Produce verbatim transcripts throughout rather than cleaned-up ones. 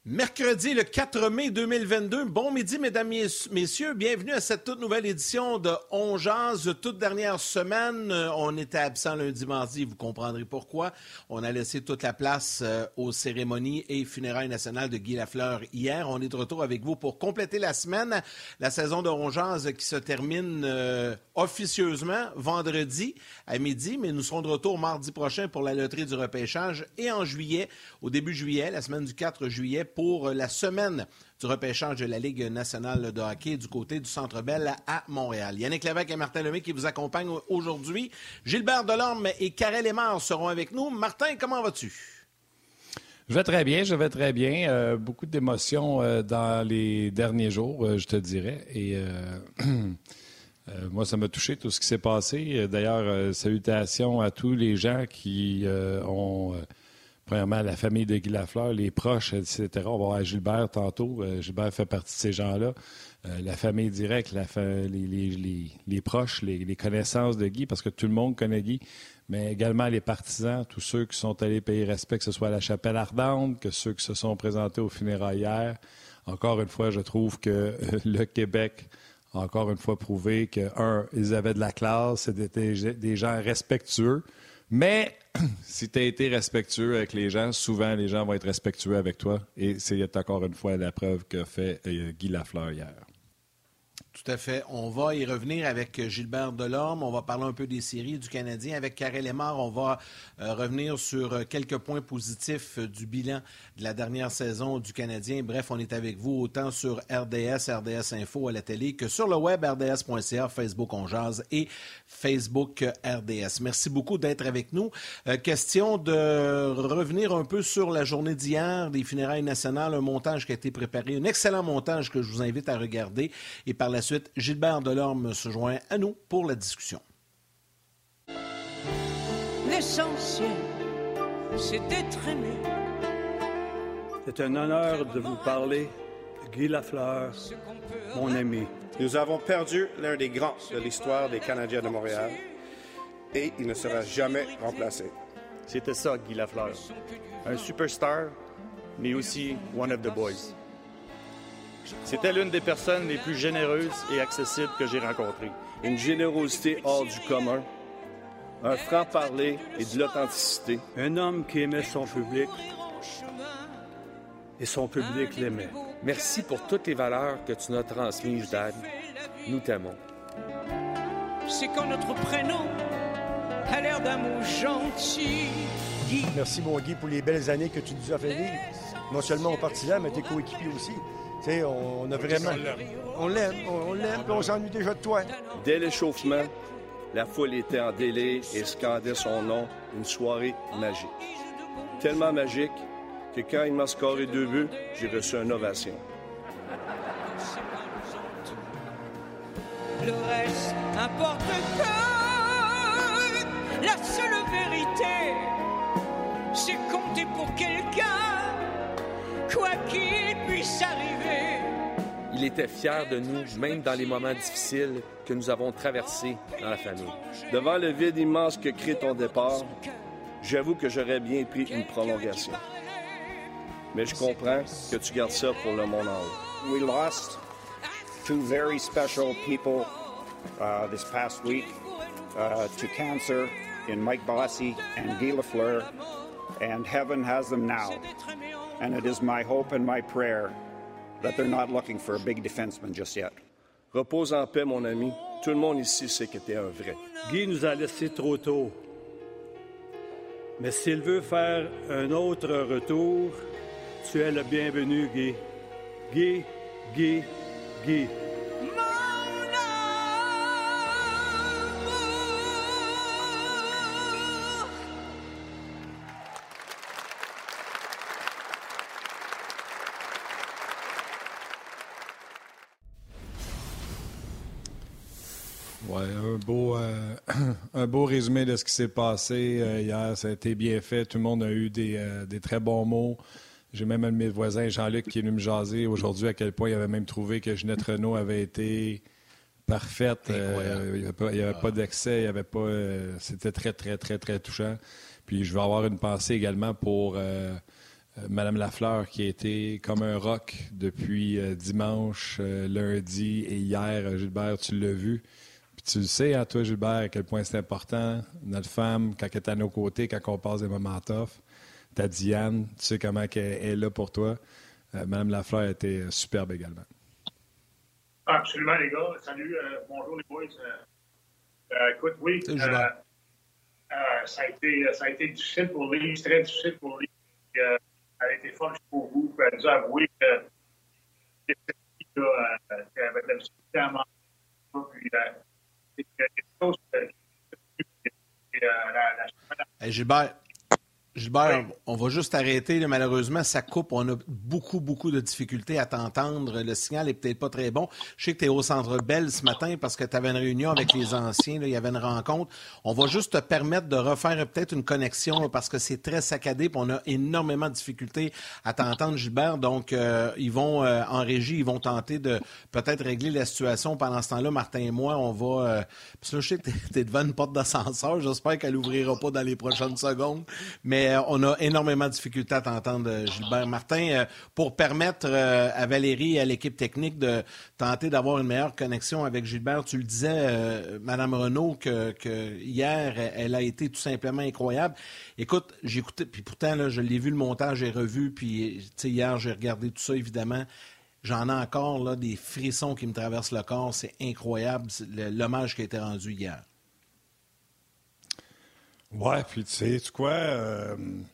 Mercredi, le quatre mai deux mille vingt-deux. Bon midi, mesdames, messieurs. Bienvenue à cette toute nouvelle édition de On Jase. Toute dernière semaine, on était absent lundi, mardi. Vous comprendrez pourquoi. On a laissé toute la place aux cérémonies et funérailles nationales de Guy Lafleur hier. On est de retour avec vous pour compléter la semaine. La saison de On Jase qui se termine euh, officieusement vendredi à midi. Mais nous serons de retour mardi prochain pour la loterie du repêchage et en juillet, au début juillet, la semaine du quatre juillet, pour la semaine du repêchage de la Ligue nationale de hockey du côté du Centre Bell à Montréal. Yannick Lévesque et Martin Lemay qui vous accompagnent aujourd'hui. Gilbert Delorme et Karel Émard seront avec nous. Martin, comment vas-tu? Je vais très bien, je vais très bien. Euh, beaucoup d'émotions euh, dans les derniers jours, euh, je te dirais. Et euh, euh, moi, ça m'a touché tout ce qui s'est passé. D'ailleurs, euh, salutations à tous les gens qui euh, ont... Euh, Premièrement, la famille de Guy Lafleur, les proches, et cetera. On va voir Gilbert tantôt. Euh, Gilbert fait partie de ces gens-là. Euh, la famille directe, la fa... les, les, les, les proches, les, les connaissances de Guy, parce que tout le monde connaît Guy, mais également les partisans, tous ceux qui sont allés payer respect, que ce soit à la Chapelle Ardente, que ceux qui se sont présentés aux funérailles hier. Encore une fois, je trouve que euh, le Québec a encore une fois prouvé que, un, ils avaient de la classe, c'était des, des gens respectueux. Mais si tu as été respectueux avec les gens, souvent les gens vont être respectueux avec toi. Et c'est encore une fois la preuve qu'a fait euh, Guy Lafleur hier. Tout à fait. On va y revenir avec Gilbert Delorme. On va parler un peu des séries du Canadien. Avec Karel Émard, on va euh, revenir sur quelques points positifs du bilan de la dernière saison du Canadien. Bref, on est avec vous autant sur R D S, R D S Info à la télé que sur le web, R D S point C A, Facebook On Jase et Facebook R D S. Merci beaucoup d'être avec nous. Euh, question de revenir un peu sur la journée d'hier des funérailles nationales, un montage qui a été préparé, un excellent montage que je vous invite à regarder. Et par la suite, Gilbert Delorme se joint à nous pour la discussion. L'essentiel, c'est d'être aimé. C'est un honneur de vous parler, Guy Lafleur, mon ami. Nous avons perdu l'un des grands de l'histoire des Canadiens de Montréal et il ne sera jamais remplacé. C'était ça, Guy Lafleur. Un superstar, mais aussi one of the boys. C'était l'une des personnes les plus généreuses et accessibles que j'ai rencontrées. Une générosité hors du commun, un franc-parler et de l'authenticité. Un homme qui aimait son public et son public l'aimait. Merci pour toutes les valeurs que tu nous as transmises, Dad. Nous t'aimons. C'est quand notre prénom a l'air d'un mot gentil. Guy. Merci, mon Guy, pour les belles années que tu nous as fait vivre. Non seulement aux partisans, mais tes coéquipiers aussi. Tu sais, on a vraiment... On l'aime, on l'aime, puis on s'ennuie déjà de toi. Dès l'échauffement, la foule était en délire et scandait son nom, une soirée magique. Tellement magique que quand il m'a scoré deux buts, j'ai reçu une ovation. Le reste importe peu. La seule vérité, c'est compter pour quelqu'un, quoi qu'il puisse arriver. Il était fier de nous, même dans les moments difficiles que nous avons traversés dans la famille. Devant le vide immense que crée ton départ, j'avoue que j'aurais bien pris une prolongation. Mais je comprends que tu gardes ça pour le monde en haut. We lost two very special people uh, this past week uh, to cancer in Mike Bossy and Guy Lafleur, and heaven has them now. And it is my hope and my prayer that they're not looking for a big defenseman just yet. Repose en paix, mon ami. Tout le monde ici sait que t'es un vrai. Guy nous a laissés trop tôt. Mais s'il veut faire un autre retour, tu es le bienvenu, Guy. Guy, Guy, Guy. Oui, un beau, euh, un beau résumé de ce qui s'est passé euh, hier. Ça a été bien fait. Tout le monde a eu des, euh, des très bons mots. J'ai même un de mes voisins, Jean-Luc, qui est venu me jaser aujourd'hui à quel point il avait même trouvé que Ginette Renault avait été parfaite. Euh, il n'y avait pas, il y avait ah. pas d'excès. Il y avait pas, euh, c'était très, très, très, très touchant. Puis je vais avoir une pensée également pour euh, euh, Mme Lafleur qui a été comme un roc depuis euh, dimanche, euh, lundi et hier. Euh, Gilbert, tu l'as vu. Puis tu le sais, hein, toi, Gilbert, à quel point c'est important. Notre femme, quand elle est à nos côtés, quand on passe des moments tough. Ta Diane, tu sais comment elle est là pour toi. Euh, Mme Lafleur a été superbe également. Absolument, les gars. Salut. Euh, bonjour, les boys. Euh, euh, écoute, oui. Euh, euh, ça, a été, ça a été difficile pour lui. C'est très difficile pour lui. Euh, elle a été forte jusqu'au bout. Elle nous a avoué que c'était euh, qu'elle avait de la difficulté à manger. Puis, euh, c'est quelque chose que. Euh, la, la... Hey, Gilbert. Gilbert, oui. On va juste arrêter. Là, malheureusement, ça coupe. On a beaucoup, beaucoup de difficultés à t'entendre. Le signal est peut-être pas très bon. Je sais que tu es au Centre Bell ce matin parce que tu avais une réunion avec les anciens. Là, il y avait une rencontre. On va juste te permettre de refaire peut-être une connexion là, parce que c'est très saccadé et on a énormément de difficultés à t'entendre, Gilbert. Donc, euh, ils vont, euh, en régie, ils vont tenter de peut-être régler la situation. Pendant ce temps-là, Martin et moi, on va... Euh, parce que là, je sais que tu es devant une porte d'ascenseur. J'espère qu'elle n'ouvrira pas dans les prochaines secondes. Mais on a énormément de difficultés à t'entendre, Gilbert. Martin, pour permettre à Valérie et à l'équipe technique de tenter d'avoir une meilleure connexion avec Gilbert, tu le disais, Mme Renaud, que, que hier, elle a été tout simplement incroyable. Écoute, j'ai écouté, puis pourtant, là, je l'ai vu, le montage est revu, puis hier, j'ai regardé tout ça, évidemment. J'en ai encore là, des frissons qui me traversent le corps. C'est incroyable, l'hommage qui a été rendu hier. Ouais, puis tu sais, tu quoi, euh,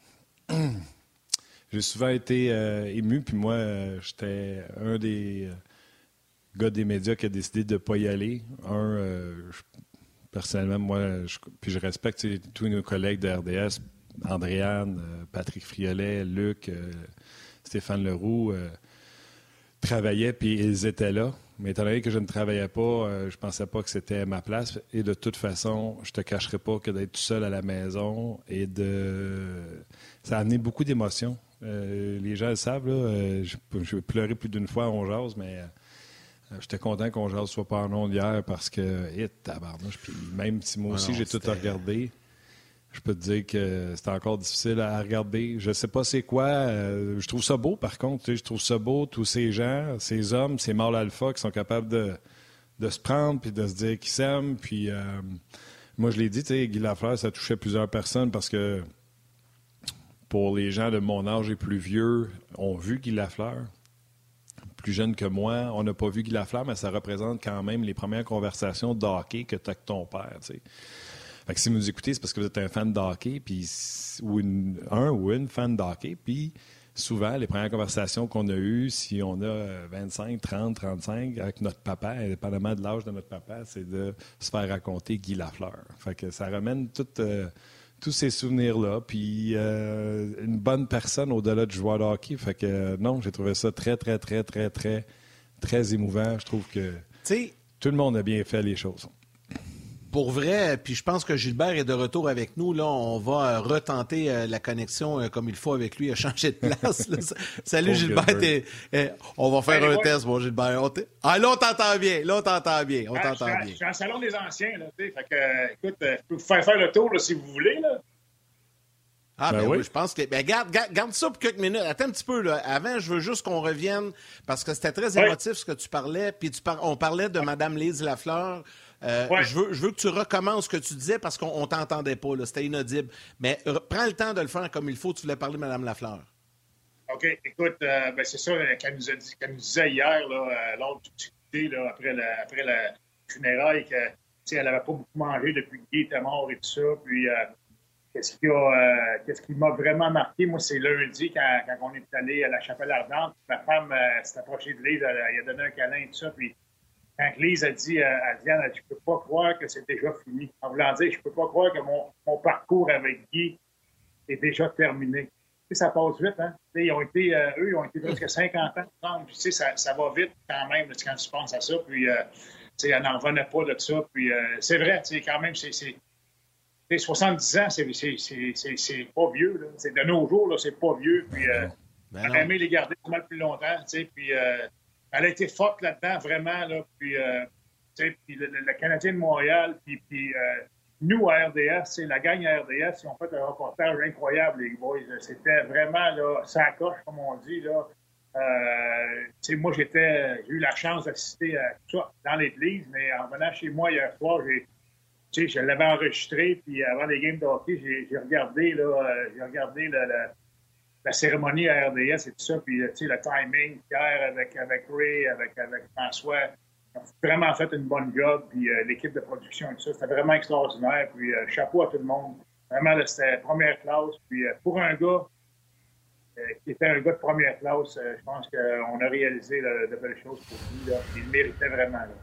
j'ai souvent été euh, ému, puis moi, euh, j'étais un des euh, gars des médias qui a décidé de ne pas y aller. Un, euh, je, personnellement, moi, je, puis je respecte tous nos collègues de R D S, Andréane, euh, Patrick Friolet, Luc, euh, Stéphane Leroux, euh, travaillaient, puis ils étaient là. Mais étant donné que je ne travaillais pas, euh, je pensais pas que c'était ma place. Et de toute façon, je te cacherai pas que d'être tout seul à la maison et de... Ça a amené beaucoup d'émotions. Euh, les gens le savent, là. Euh, je, vais pleurer plus d'une fois à On Jase, mais euh, j'étais content qu'on jase soit pas en ondes hier parce que... Hé, tabarnouche. Puis même si moi aussi, ah non, j'ai c'était... tout regardé, je peux te dire que c'est encore difficile à regarder. Je sais pas c'est quoi. Euh, je trouve ça beau, par contre. Tu sais, je trouve ça beau, tous ces gens, ces hommes, ces mâles alpha qui sont capables de, de se prendre puis de se dire qu'ils s'aiment. Puis euh, moi, je l'ai dit, tu sais, Guy Lafleur, ça touchait plusieurs personnes parce que pour les gens de mon âge et plus vieux, ont vu Guy Lafleur. Plus jeune que moi, on n'a pas vu Guy Lafleur, mais ça représente quand même les premières conversations de hockey que tu as avec ton père, tu sais. Fait que si vous nous écoutez, c'est parce que vous êtes un fan de hockey, puis, ou une, un ou une fan de hockey. Puis souvent, les premières conversations qu'on a eues, si on a vingt-cinq, trente, trente-cinq, avec notre papa, indépendamment de l'âge de notre papa, c'est de se faire raconter Guy Lafleur. Fait que ça ramène tout, euh, tous ces souvenirs-là. Puis euh, une bonne personne au-delà du joueur de hockey. Fait que euh, non, j'ai trouvé ça très, très, très, très, très, très émouvant. Je trouve que T'sais, tout le monde a bien fait les choses. Pour vrai, puis je pense que Gilbert est de retour avec nous. Là, on va euh, retenter euh, la connexion euh, comme il faut avec lui, à changer de place. Là. Salut oh, Gilbert, t'es, eh, on va faire hey, un ouais. test, bon Gilbert. On ah là, on t'entend bien, là, on t'entend bien, on ah, t'entend je bien. Je suis en salon des anciens, là, tu sais, fait que, euh, écoute, euh, je peux vous faire faire le tour, là, si vous voulez, là. Ah, ben, ben oui, je pense que. Ben, garde, garde, garde ça pour quelques minutes. Attends un petit peu, là. Avant, je veux juste qu'on revienne, parce que c'était très émotif ouais. ce que tu parlais. Puis tu par... on parlait de Mme Lise Lafleur. Euh, ouais. je, veux, je veux que tu recommences ce que tu disais parce qu'on ne t'entendait pas, là. C'était inaudible. Mais re, prends le temps de le faire comme il faut. Tu voulais parler de Mme Lafleur. OK. Écoute, euh, ben, c'est ça qu'elle nous, a dit, qu'elle nous disait hier, là, euh, lors du discuter, là, après la, après la funéraille, qu'elle n'avait pas beaucoup mangé depuis que Guy était mort et tout ça. Puis, euh, qu'est-ce qui, a, euh, qu'est-ce qui m'a vraiment marqué, moi, c'est lundi, quand, quand on est allé à la Chapelle Ardente. Ma femme euh, s'est approchée de Lise, elle, elle a donné un câlin et tout ça. Puis, quand Lise a dit à Diane, je ne peux pas croire que c'est déjà fini. En voulant dire, je ne peux pas croire que mon, mon parcours avec Guy est déjà terminé. Tu sais, ça passe vite, hein? Ils ont été, euh, eux, ils ont été presque cinquante ans ensemble. Puis, tu sais, ça, ça va vite quand même, là, quand tu penses à ça. Puis, euh, tu sais, elle n'en revenait pas de ça. Puis, euh, c'est vrai, tu sais, quand même, c'est, c'est, c'est soixante-dix ans, c'est, c'est, c'est, c'est, c'est pas vieux, là. C'est de nos jours, là, c'est pas vieux. Puis, euh, ben elle a aimé les garder pas mal plus longtemps, tu sais. Puis, euh, elle a été forte là-dedans, vraiment, là. Puis, euh, tu sais, puis le, le Canadien de Montréal, puis, puis euh, nous, à R D S, la gang à R D S, ils ont fait un reportage incroyable, les boys. C'était vraiment, là, ça coche, comme on dit, là. Euh, moi, j'étais, j'ai eu la chance d'assister à tout ça dans l'église, mais en venant chez moi hier soir, j'ai, je l'avais enregistré, puis avant les games de hockey, j'ai, j'ai regardé, là, euh, j'ai regardé la, la, la cérémonie à R D S et tout ça, puis le timing, Pierre avec, avec Ray, avec, avec François, ils ont vraiment fait une bonne job, puis euh, l'équipe de production et tout ça, c'était vraiment extraordinaire, puis euh, chapeau à tout le monde. Vraiment, là, c'était première classe, puis euh, pour un gars Euh, qui était un gars de première classe, euh, je pense qu'on a réalisé là, de belles choses pour lui. Là. Il le méritait vraiment. Là.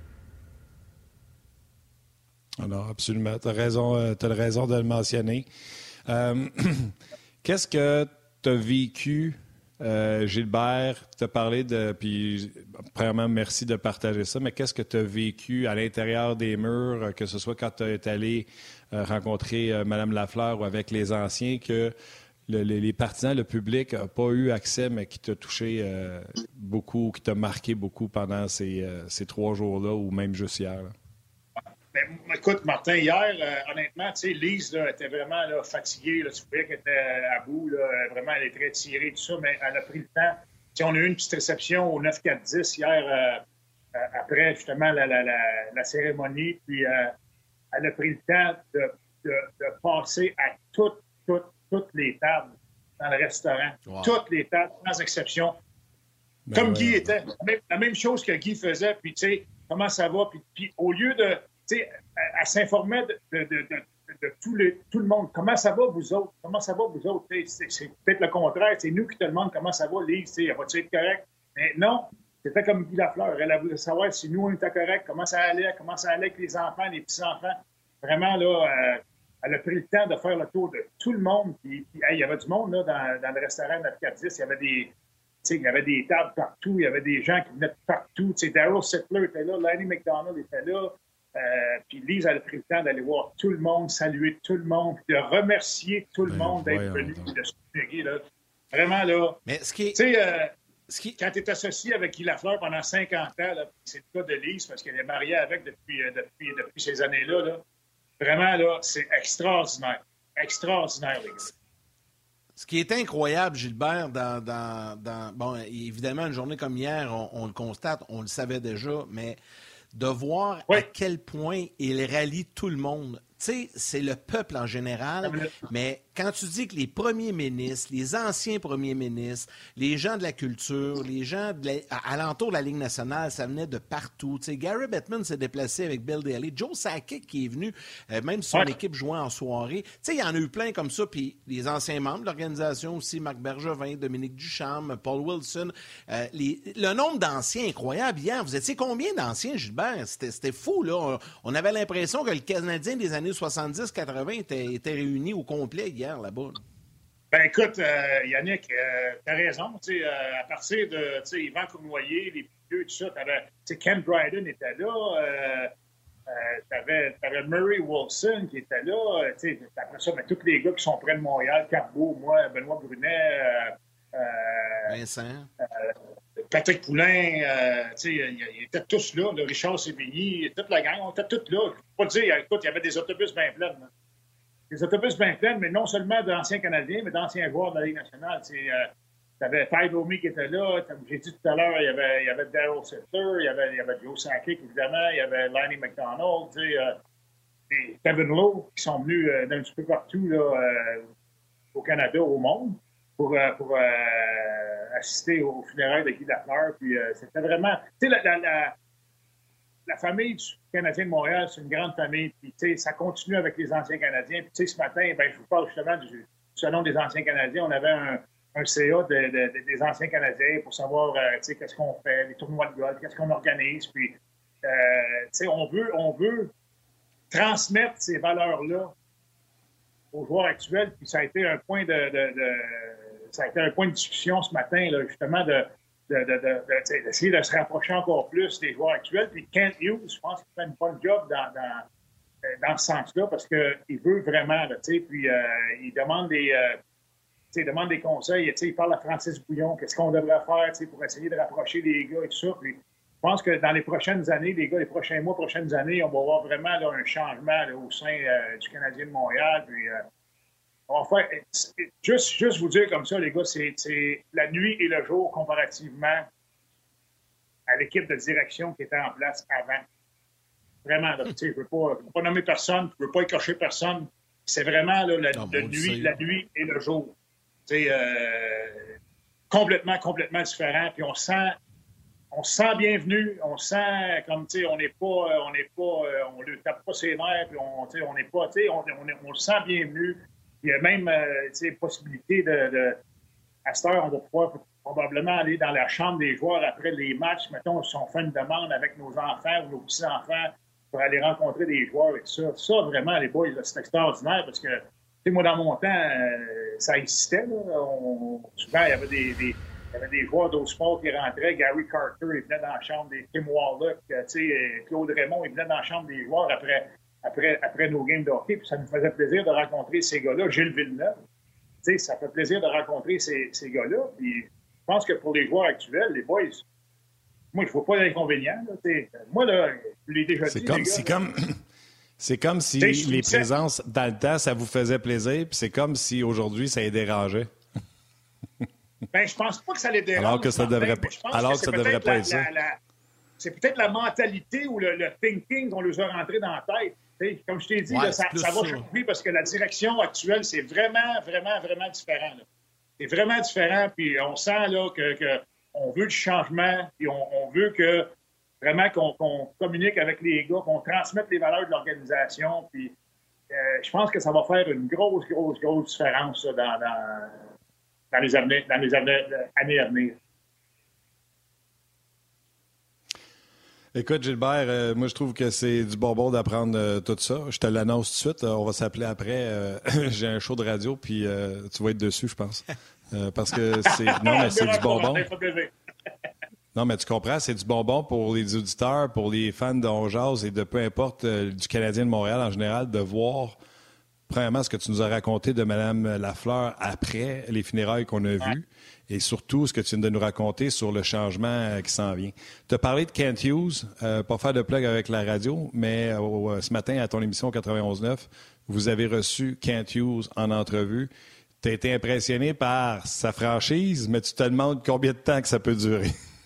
Alors, absolument. Tu as raison, euh, t'as raison de le mentionner. Euh, qu'est-ce que tu as vécu, euh, Gilbert? Tu as parlé de... Puis, premièrement, merci de partager ça, mais qu'est-ce que tu as vécu à l'intérieur des murs, que ce soit quand tu es allé euh, rencontrer euh, Mme Lafleur ou avec les anciens, que... Le, les, les partisans, le public n'a pas eu accès, mais qui t'a touché euh, beaucoup, qui t'a marqué beaucoup pendant ces, euh, ces trois jours-là ou même juste hier? Ben, écoute, Martin, hier, euh, honnêtement, tu sais, Lise là, était vraiment là, fatiguée. Là, tu voyais qu'elle était à bout. Là, vraiment, elle est très tirée, tout ça, mais elle a pris le temps. T'sais, on a eu une petite réception au neuf quatre dix hier, euh, euh, après justement la, la, la, la cérémonie. Puis euh, elle a pris le temps de, de, de passer à toutes, toutes, toutes les tables dans le restaurant. Wow. Toutes les tables, sans exception. Ben Comme ouais, Guy ouais. était. La même, la même chose que Guy faisait. Puis, tu sais, comment ça va? Puis, puis au lieu de... Tu sais, elle, elle s'informait de, de, de, de, de tout, le, tout le monde. Comment ça va, vous autres? Comment ça va, vous autres? C'est, c'est peut-être le contraire. C'est nous qui te demandons comment ça va, Lise. Elle va-tu être correct? Mais non. C'était comme Guy Lafleur. Elle a voulu savoir si nous, on était correct, comment ça allait, comment ça allait avec les enfants, les petits-enfants. Vraiment, là... Euh, elle a pris le temps de faire le tour de tout le monde. Puis, puis hey, il y avait du monde là, dans, dans le restaurant neuf quatre dix. Il y avait des, il y avait des tables partout. Il y avait des gens qui venaient de partout. T'sais, Darryl Sittler était là. Lanny McDonald était là. Euh, puis Lise, elle a pris le temps d'aller voir tout le monde, saluer tout le monde, de remercier tout le ben, monde d'être venu et de se soutenir, là. Vraiment, là. Mais ce qui est... Tu sais, euh, qui... quand tu es associé avec Guy Lafleur pendant cinquante ans, là, c'est le cas de Lise parce qu'elle est mariée avec depuis, euh, depuis, depuis ces années-là, là. Vraiment, là, c'est extraordinaire. Extraordinaire, les gars. Ce qui est incroyable, Gilbert, dans, dans, dans... Bon, évidemment, une journée comme hier, on, on le constate, on le savait déjà, mais de voir oui. à quel point il rallie tout le monde. Tu sais, c'est le peuple en général, mais quand tu dis que les premiers ministres, les anciens premiers ministres, les gens de la culture, les gens de la, alentour de la Ligue nationale, ça venait de partout. Tu sais, Gary Bettman s'est déplacé avec Bill Daly, Joe Sakic qui est venu, euh, même si son ouais. équipe jouait en soirée. Tu sais, il y en a eu plein comme ça, puis les anciens membres de l'organisation aussi, Marc Bergevin, Dominique Ducharme, Paul Wilson. Euh, les, le nombre d'anciens incroyable. Hier, vous étiez combien d'anciens, Gilbert? C'était, c'était fou, là. On, on avait l'impression que le Canadien des années soixante-dix quatre-vingt était, était réuni au complet hier là-bas. Ben écoute, euh, Yannick, euh, t'as raison. Euh, à partir de Yvan Cournoyer, les vieux, tout ça, t'avais, Ken Dryden était là, euh, euh, t'avais, t'avais Murray Wilson qui était là. Euh, après ça, ben, tous les gars qui sont près de Montréal, Carbeau, moi, Benoît Brunet, euh, euh, Vincent, euh, Patrick Poulain, euh, ils étaient tous là, là, Richard Sévigny, toute la gang, on était tous là. Je ne peux pas dire, écoute, il y avait des autobus bien pleins. Là. Des autobus bien pleins, mais non seulement d'anciens Canadiens, mais d'anciens joueurs de la Ligue nationale. Tu euh, avais Ty Domi qui était là, comme j'ai dit tout à l'heure, il y avait, il y avait Darryl Sittler, il y avait, il y avait Joe Sakic, évidemment, il y avait Lanny McDonald, euh, et Kevin Lowe, qui sont venus euh, d'un petit peu partout là, euh, au Canada, au monde, pour, euh, pour euh, assister aux funérailles de Guy Lafleur. Puis euh, c'était vraiment... Tu sais, la, la, la, la famille du Canadien de Montréal, c'est une grande famille. Puis, tu sais, ça continue avec les anciens Canadiens. Puis, tu sais, ce matin, ben, je vous parle justement du, du Salon des anciens Canadiens. On avait un, un C A de, de, de, des anciens Canadiens pour savoir, euh, tu sais, qu'est-ce qu'on fait, les tournois de golf, qu'est-ce qu'on organise. Puis, euh, tu sais, on veut, on veut transmettre ces valeurs-là aux joueurs actuels. Puis, ça a été un point de... de, de ça a été un point de discussion ce matin, là, justement, de, de, de, de, de, d'essayer de se rapprocher encore plus des joueurs actuels. Puis Kent Hughes, je pense qu'il fait une bonne job dans, dans, dans ce sens-là parce qu'il veut vraiment, là, puis euh, il demande des, euh, il demande des conseils. Il parle à Francis Bouillon, qu'est-ce qu'on devrait faire pour essayer de rapprocher les gars et tout ça. Puis pense que dans les prochaines années, les gars, les prochains mois, prochaines années, on va voir vraiment là, un changement là, au sein euh, du Canadien de Montréal. Puis, euh, on va faire, juste, juste vous dire comme ça, les gars, c'est, c'est la nuit et le jour comparativement à l'équipe de direction qui était en place avant. Vraiment, là, je ne veux pas, pas nommer personne, je ne veux pas écorcher personne. C'est vraiment là, la, non, la, nuit, la nuit et le jour. Euh, complètement, complètement différent. Puis on sent, on se sent bienvenu. On sent comme, tu sais, on n'est pas, on n'est pas, on ne tape pas ses nerfs. Puis on, tu sais, on n'est pas, tu sais, on, on, on le sent bienvenu. Il y a même, euh, tu sais, possibilité de, de, à cette heure, on va pouvoir probablement aller dans la chambre des joueurs après les matchs. Mettons, si on fait une demande avec nos enfants ou nos petits-enfants pour aller rencontrer des joueurs et tout ça. Ça, vraiment, les boys, là, c'est extraordinaire parce que, tu sais, moi, dans mon temps, euh, ça existait. Là. On, souvent, il y avait des, des, il y avait des joueurs d'autres sports qui rentraient. Gary Carter, il venait dans la chambre des Tim Wallach. Tu sais, Claude Raymond, il venait dans la chambre des joueurs après, après, après nos games de hockey. Puis ça nous faisait plaisir de rencontrer ces gars-là. Gilles Villeneuve, tu sais, ça fait plaisir de rencontrer ces, ces gars-là. Puis je pense que pour les joueurs actuels, les boys, moi, je ne vois pas d'inconvénient. Là, moi, là, je l'ai déjà c'est dit. Comme, les gars, c'est, là, comme, c'est comme si les présences dans le temps, ça vous faisait plaisir, puis c'est comme si aujourd'hui, ça les dérangeait. Ben, je pense pas que ça les dérange. Alors que ça ne devrait pas, alors que que ça devrait pas la, être ça. La, la, c'est peut-être la mentalité ou le, le thinking qu'on leur a rentré dans la tête. T'sais, comme je t'ai dit, ouais, là, ça, ça va changer parce que la direction actuelle, c'est vraiment, vraiment, vraiment différent. Là. C'est vraiment différent, puis on sent là, que... que on veut du changement, et on, on veut que vraiment qu'on, qu'on communique avec les gars, qu'on transmette les valeurs de l'organisation. Puis euh, je pense que ça va faire une grosse, grosse, grosse différence là, dans, dans, dans les, années, dans les années, années à venir. Écoute, Gilbert, euh, moi, je trouve que c'est du bonbon d'apprendre euh, tout ça. Je te l'annonce tout de suite. Euh, on va s'appeler après. Euh, j'ai un show de radio, puis euh, tu vas être dessus, je pense. Euh, parce que c'est. Non, mais c'est du bonbon. Non, mais tu comprends, c'est du bonbon pour les auditeurs, pour les fans de On Jase et de peu importe euh, du Canadien de Montréal en général, de voir, premièrement, ce que tu nous as raconté de Mme Lafleur après les funérailles qu'on a vues et surtout ce que tu viens de nous raconter sur le changement euh, qui s'en vient. Tu as parlé de Kent Hughes, euh, pas faire de plug avec la radio, mais euh, ce matin, à ton émission quatre-vingt-onze neuf, vous avez reçu Kent Hughes en entrevue. Tu as été impressionné par sa franchise, mais tu te demandes combien de temps que ça peut durer.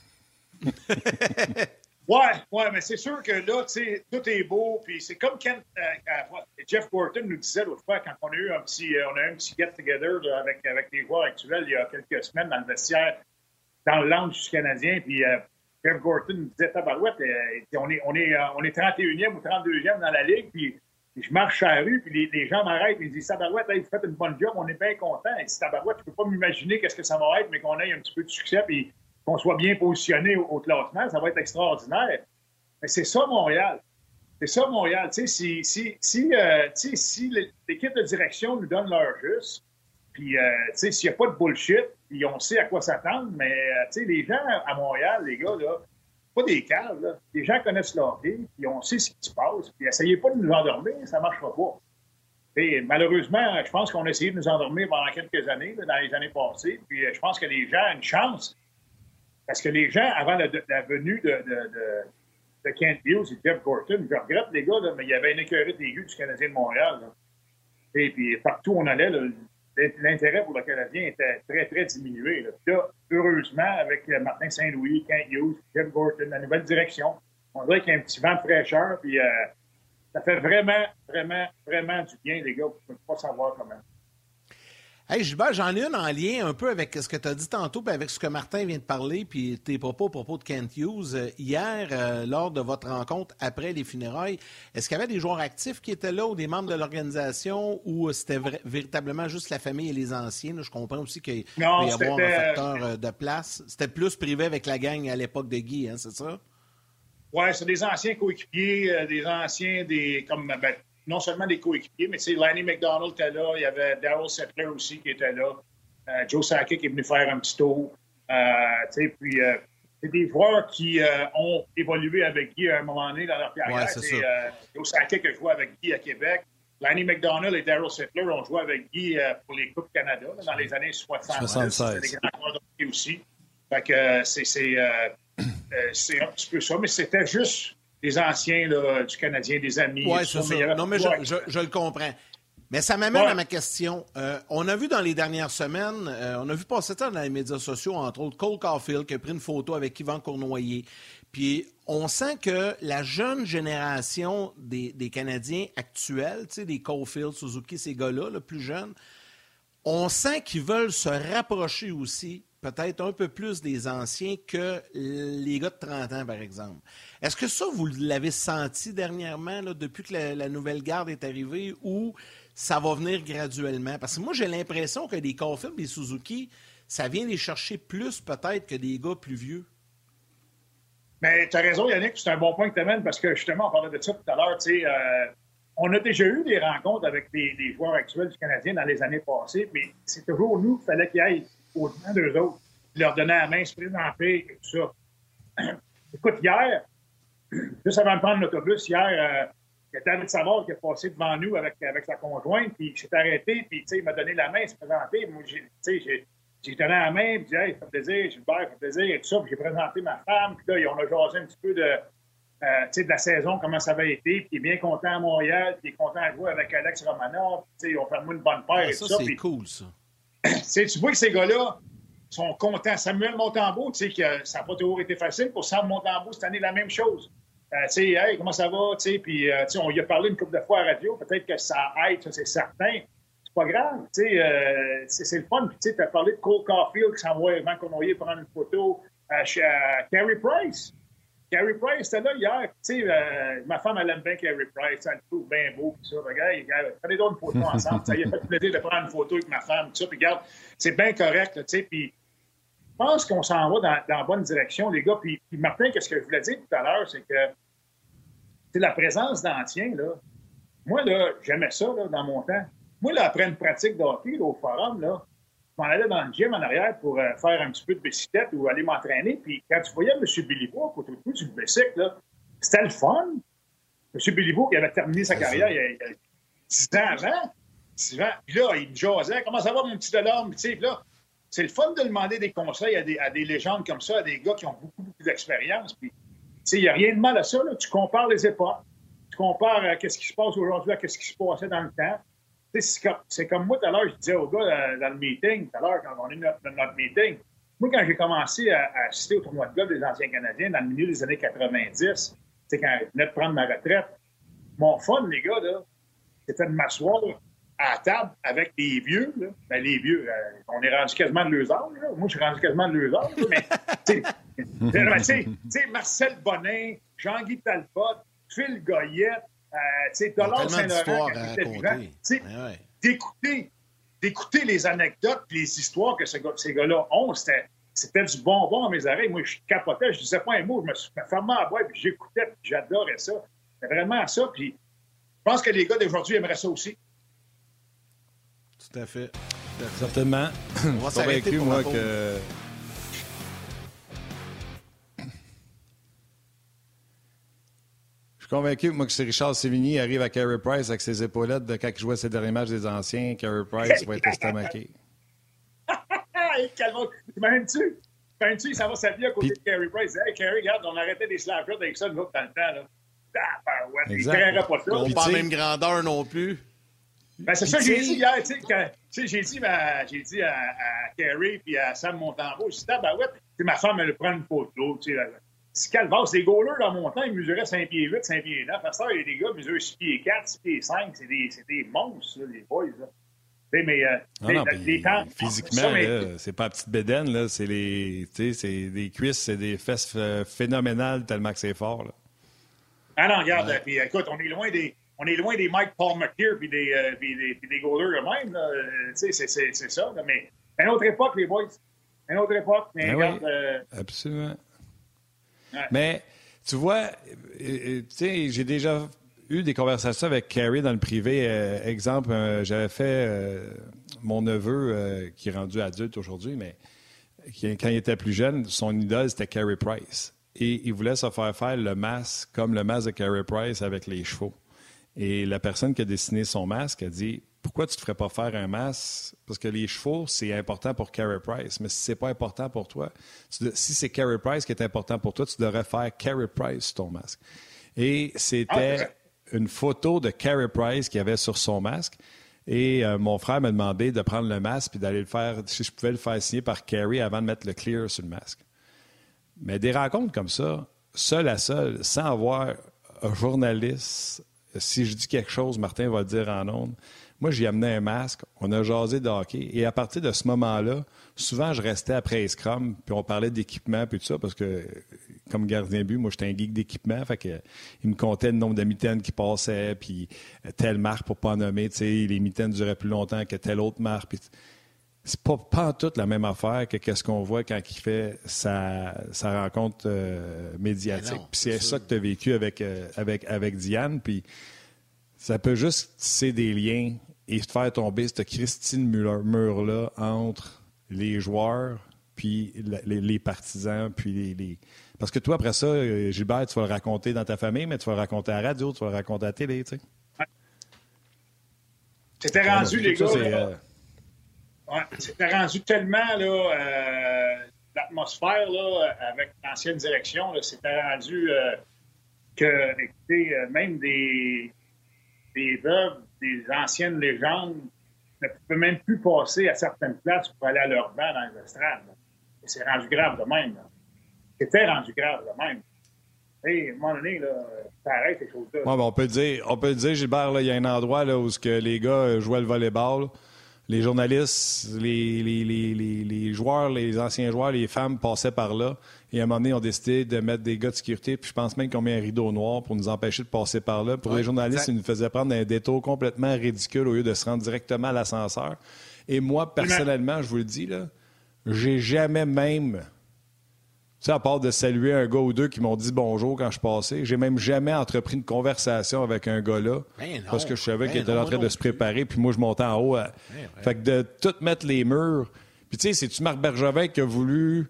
ouais, ouais, mais c'est sûr que là, tu sais, tout est beau, puis c'est comme Ken, euh, euh, Jeff Gorton nous disait l'autre fois quand on a eu un petit, euh, on a eu un petit get-together là, avec, avec les joueurs actuels il y a quelques semaines dans le vestiaire, dans le lounge du Canadien, puis euh, Jeff Gorton nous disait, tabarouette, euh, on est, on est, euh, on est trente et unième ou trente-deuxième dans la ligue, puis je marche sur la rue, puis les, les gens m'arrêtent et ils disent « Tabarouette, hey, vous faites une bonne job, on est bien contents. » Et si Tabarouette, je ne peux pas m'imaginer qu'est-ce que ça va être, mais qu'on ait un petit peu de succès puis qu'on soit bien positionné au, au classement, ça va être extraordinaire. Mais c'est ça, Montréal. C'est ça, Montréal. Tu sais, si, si, si, euh, si l'équipe de direction nous donne leur juste, puis, euh, tu sais, s'il n'y a pas de bullshit, puis on sait à quoi s'attendre, mais, euh, tu sais, les gens à Montréal, les gars, là, pas des caves, là. Les gens connaissent leur vie, puis on sait ce qui se passe, puis essayez pas de nous endormir, ça ne marchera pas. Et malheureusement, je pense qu'on a essayé de nous endormir pendant quelques années, là, dans les années passées, puis je pense que les gens ont une chance, parce que les gens, avant la, la venue de, de, de, de Kent Hughes et Jeff Gorton, je regrette les gars, là, mais il y avait une écœurite aiguë du Canadien de Montréal. Là. Et puis partout où on allait, là, l'intérêt pour le Canadien était très, très diminué. Là. Puis là, heureusement, avec Martin Saint-Louis, Kent Hughes, Jeff Gorton, la nouvelle direction, on dirait qu'il y a un petit vent de fraîcheur, puis euh, ça fait vraiment, vraiment, vraiment du bien, les gars. Vous ne pouvez pas savoir comment. Hey, Gilbert, j'en ai une en lien un peu avec ce que tu as dit tantôt, puis avec ce que Martin vient de parler, puis tes propos à propos de Kent Hughes. Hier, euh, lors de votre rencontre après les funérailles, est-ce qu'il y avait des joueurs actifs qui étaient là ou des membres de l'organisation ou c'était vrai, véritablement juste la famille et les anciens? Là, je comprends aussi qu'il peut y avoir un facteur de place. C'était plus privé avec la gang à l'époque de Guy, hein, c'est ça? Oui, c'est des anciens coéquipiers, euh, des anciens, des comme ben, non seulement des coéquipiers, mais Lanny McDonald était là, il y avait Darryl Settler aussi qui était là, euh, Joe Sakic qui est venu faire un petit tour. Euh, puis euh, c'est des joueurs qui euh, ont évolué avec Guy à un moment donné dans leur carrière. Ouais, c'est c'est, euh, Joe Sakic a joué avec Guy à Québec. Lanny McDonald et Darryl Settler ont joué avec Guy euh, pour les Coupes Canada là, dans les années soixante. soixante-seize. C'était des grands joueurs de hockey aussi. Fait que euh, c'est... c'est euh, euh, c'est un petit peu ça, mais c'était juste des anciens là, du Canadien, des amis. Oui, c'est ça. Avait... Non, mais je, je, je le comprends. Mais ça m'amène ouais. à ma question. Euh, on a vu dans les dernières semaines, euh, on a vu passer ça dans les médias sociaux, entre autres, Cole Caulfield qui a pris une photo avec Yvan Cournoyer. Puis on sent que la jeune génération des, des Canadiens actuels, tu sais, des Caulfield, Suzuki, ces gars-là, le plus jeunes, on sent qu'ils veulent se rapprocher aussi, peut-être un peu plus des anciens que les gars de trente ans, par exemple. Est-ce que ça, vous l'avez senti dernièrement, là, depuis que la, la nouvelle garde est arrivée, ou ça va venir graduellement? Parce que moi, j'ai l'impression que des Caulfield, des Suzuki, ça vient les chercher plus peut-être que des gars plus vieux. Mais tu as raison, Yannick, c'est un bon point que tu amènes, parce que justement, on parlait de ça tout à l'heure, tu sais, euh, on a déjà eu des rencontres avec des, des joueurs actuels du Canadien dans les années passées, mais c'est toujours nous qu'il fallait qu'ils aillent au-devant d'eux autres, leur donner la main, se présenter et tout ça. Écoute, hier, juste avant de prendre l'autobus, hier, euh, il y a David Savard qui est passé devant nous avec, avec sa conjointe, puis il s'est arrêté, puis il m'a donné la main, il s'est présenté. Moi, j'ai, j'ai, j'ai donné la main, puis j'ai dit, hey, ça fait plaisir, Gilbert, ça fait plaisir, et tout ça, puis j'ai présenté ma femme, puis là, on a jasé un petit peu de, euh, de la saison, comment ça avait été, puis il est bien content à Montréal, puis il est content à jouer avec Alex Romanov, puis ils ont fait une bonne paire ah, et ça, tout ça. C'est puis, cool, ça. Tu vois que ces gars-là sont contents. Samuel Montembeault, tu sais, que ça n'a pas toujours été facile. Pour Sam Montembeault, cette année, la même chose. Euh, tu sais, hey, comment ça va? Tu sais, puis, euh, tu sais, on y a parlé une couple de fois à la radio. Peut-être que ça aide, ça, c'est certain. C'est pas grave. Tu sais, euh, c'est, c'est le fun. Puis, tu sais, tu as parlé de Cole Caulfield qui s'envoie Yvan Cournoyer prendre une photo à, à Carey Price. Carey Price était là hier. Tu sais, euh, ma femme, elle aime bien Carey Price. Elle le trouve bien beau. Puis ça, regarde, prenez donc une photo ensemble. Ça y a fait plaisir de prendre une photo avec ma femme. Tout ça, puis regarde, c'est bien correct. Tu sais, puis je pense qu'on s'en va dans, dans la bonne direction, les gars. Puis, puis Martin, qu'est-ce que je voulais dire tout à l'heure, c'est que c'est la présence d'anciens, là. Moi, là, j'aimais ça, là, dans mon temps. Moi, là, après une pratique de hockey, là, au forum, là, je m'en allais dans le gym en arrière pour euh, faire un petit peu de bicyclette ou aller m'entraîner. Puis quand tu voyais M. Béliveau, au tout du bicycle, là, c'était le fun. M. Béliveau, qui avait terminé sa carrière il y, a, il y a dix ans avant. dix ans. Puis là, il me jasait. Comment ça va, mon petit Delorme? Puis, tu sais, là, c'est le fun de demander des conseils à des, à des légendes comme ça, à des gars qui ont beaucoup, beaucoup d'expérience. Puis, tu sais, il n'y a rien de mal à ça. Là. Tu compares les époques. Tu compares euh, qu'est-ce qui se passe aujourd'hui à qu'est-ce qui se passait dans le temps. C'est comme, c'est comme moi, tout à l'heure, je disais aux gars dans, dans le meeting, tout à l'heure, quand on est dans notre, notre meeting, moi, quand j'ai commencé à, à assister au tournoi de golf des anciens Canadiens dans le milieu des années quatre-vingt-dix, c'est quand je venais de prendre ma retraite, mon fun, les gars, là, c'était de m'asseoir à la table avec les vieux. Là. Ben, les vieux, euh, on est rendu quasiment de leurs âges. Là. Moi, je suis rendu quasiment de leurs âges. Mais, tu sais, Marcel Bonin, Jean-Guy Talbot, Phil Goyette, Euh, tu sais, Dolores Saint-Laurent, quand j'étais vivant, ouais. d'écouter, d'écouter les anecdotes et les histoires que ce gars, ces gars-là ont, c'était, c'était du bonbon à mes oreilles. Moi, je capotais, je disais pas un mot, je me suis fermé à boire, puis j'écoutais, puis j'adorais ça. C'était vraiment ça, puis je pense que les gars d'aujourd'hui aimeraient ça aussi. Tout à fait. Tout à fait. Certainement. On va s'arrêter pour moi, que... Je suis convaincu, moi, que si Richard Sévigny arrive à Carey Price avec ses épaulettes de quand il jouait ses derniers matchs des anciens, Carey Price va être estomaqué. T'imagines-tu? T'imagines-tu, ça va s'habiller à côté Puis... de Carey Price. Hey, Carey, regarde, on arrêtait des slashers avec ça, nous autres, dans le temps. Là. Ah, ben ouais, il ne créerait pas ça. On pas la même grandeur non plus. Ben, c'est ça que j'ai dit hier, tu sais, j'ai dit, ben, j'ai dit à, à Carey puis à Sam Montembeault, j'ai dit, ah, ben ouais, ma femme, elle prend une photo, tu sais, c'est calvaire. Les goalers, dans mon temps, ils mesuraient cinq pieds huit, cinq pieds neuf. À ce temps, il y a des gars qui mesurent six pieds quatre, six pieds cinq. C'est des, c'est des monstres, là, les boys. Là. Mais, euh, non, non, les, les temps, physiquement, ça, mais... là, c'est pas la petite bédaine. Là, c'est, les, c'est des cuisses, c'est des fesses phénoménales tellement que c'est fort. Là. Ah non, regarde. Ouais. Puis, écoute, on est loin des, on est loin des Mike Paul McKeer puis des, euh, puis des, puis des goalers eux-mêmes. Là. C'est, c'est, c'est ça. Là. Mais une autre époque, les boys. Une autre époque. Mais ben regarde, oui, euh... absolument. Ouais. Mais tu vois, tu sais, j'ai déjà eu des conversations avec Carey dans le privé. Euh, exemple, euh, j'avais fait euh, mon neveu euh, qui est rendu adulte aujourd'hui, mais qui, quand il était plus jeune, son idole, c'était Carey Price. Et il voulait se faire faire le masque comme le masque de Carey Price avec les chevaux. Et la personne qui a dessiné son masque a dit, pourquoi tu ne te ferais pas faire un masque? Parce que les chevaux, c'est important pour Carey Price. Mais si ce n'est pas important pour toi, tu, si c'est Carey Price qui est important pour toi, tu devrais faire Carey Price sur ton masque. Et c'était ah, une photo de Carey Price qu'il y avait sur son masque. Et euh, mon frère m'a demandé de prendre le masque et d'aller le faire, si je pouvais le faire signer par Carey avant de mettre le clear sur le masque. Mais des rencontres comme ça, seul à seul, sans avoir un journaliste, si je dis quelque chose, Martin va le dire en ondes. Moi, j'y amenais un masque, on a jasé de hockey. Et à partir de ce moment-là, souvent, je restais après les scrums, puis on parlait d'équipement, puis tout ça, parce que, comme gardien de but, moi, j'étais un geek d'équipement, fait que il me comptait le nombre de mitaines qui passaient, puis telle marque, pour pas en nommer, tu sais, les mitaines duraient plus longtemps que telle autre marque. Puis c'est pas, pas en tout la même affaire que qu'est-ce qu'on voit quand il fait sa, sa rencontre euh, médiatique. Puis c'est, c'est ça que tu as vécu avec, euh, avec, avec Diane, puis ça peut juste tisser des liens et te faire tomber cette Christine mur-là entre les joueurs puis les, les partisans, puis les, les... Parce que toi, après ça, Gilbert, tu vas le raconter dans ta famille, mais tu vas le raconter à la radio, tu vas le raconter à la télé, tu sais. Ouais. C'était rendu, les gars, ça, là, euh... ouais, c'était rendu tellement, là, euh, l'atmosphère, là, avec l'ancienne direction, là, c'était rendu euh, que, écoutez, euh, même des... des veuves, des anciennes légendes ne pouvaient même plus passer à certaines places pour aller à leur banc dans les estrades. Et c'est rendu grave de même. Là. C'était rendu grave de même. Et à un moment donné, là, ça arrête ces choses-là. Ouais, ben on peut le dire, on peut le dire, Gilbert, il y a un endroit là, où que les gars jouaient le volleyball. Les journalistes, les, les, les, les, les joueurs, les anciens joueurs, les femmes passaient par là. Et à un moment donné, ils ont décidé de mettre des gars de sécurité. Puis je pense même qu'ils ont mis un rideau noir pour nous empêcher de passer par là. Pour ouais, les journalistes, exact. Ils nous faisaient prendre un détour complètement ridicule au lieu de se rendre directement à l'ascenseur. Et moi, personnellement, je vous le dis, là, j'ai jamais même... Tu sais, à part de saluer un gars ou deux qui m'ont dit bonjour quand je passais, j'ai même jamais entrepris une conversation avec un gars-là ben non, parce que je savais ben qu'il était non, en train non, de se préparer, puis moi, je montais en haut. À... Ben ouais. Fait que de tout mettre les murs... Puis tu sais, c'est-tu Marc Bergevin qui a voulu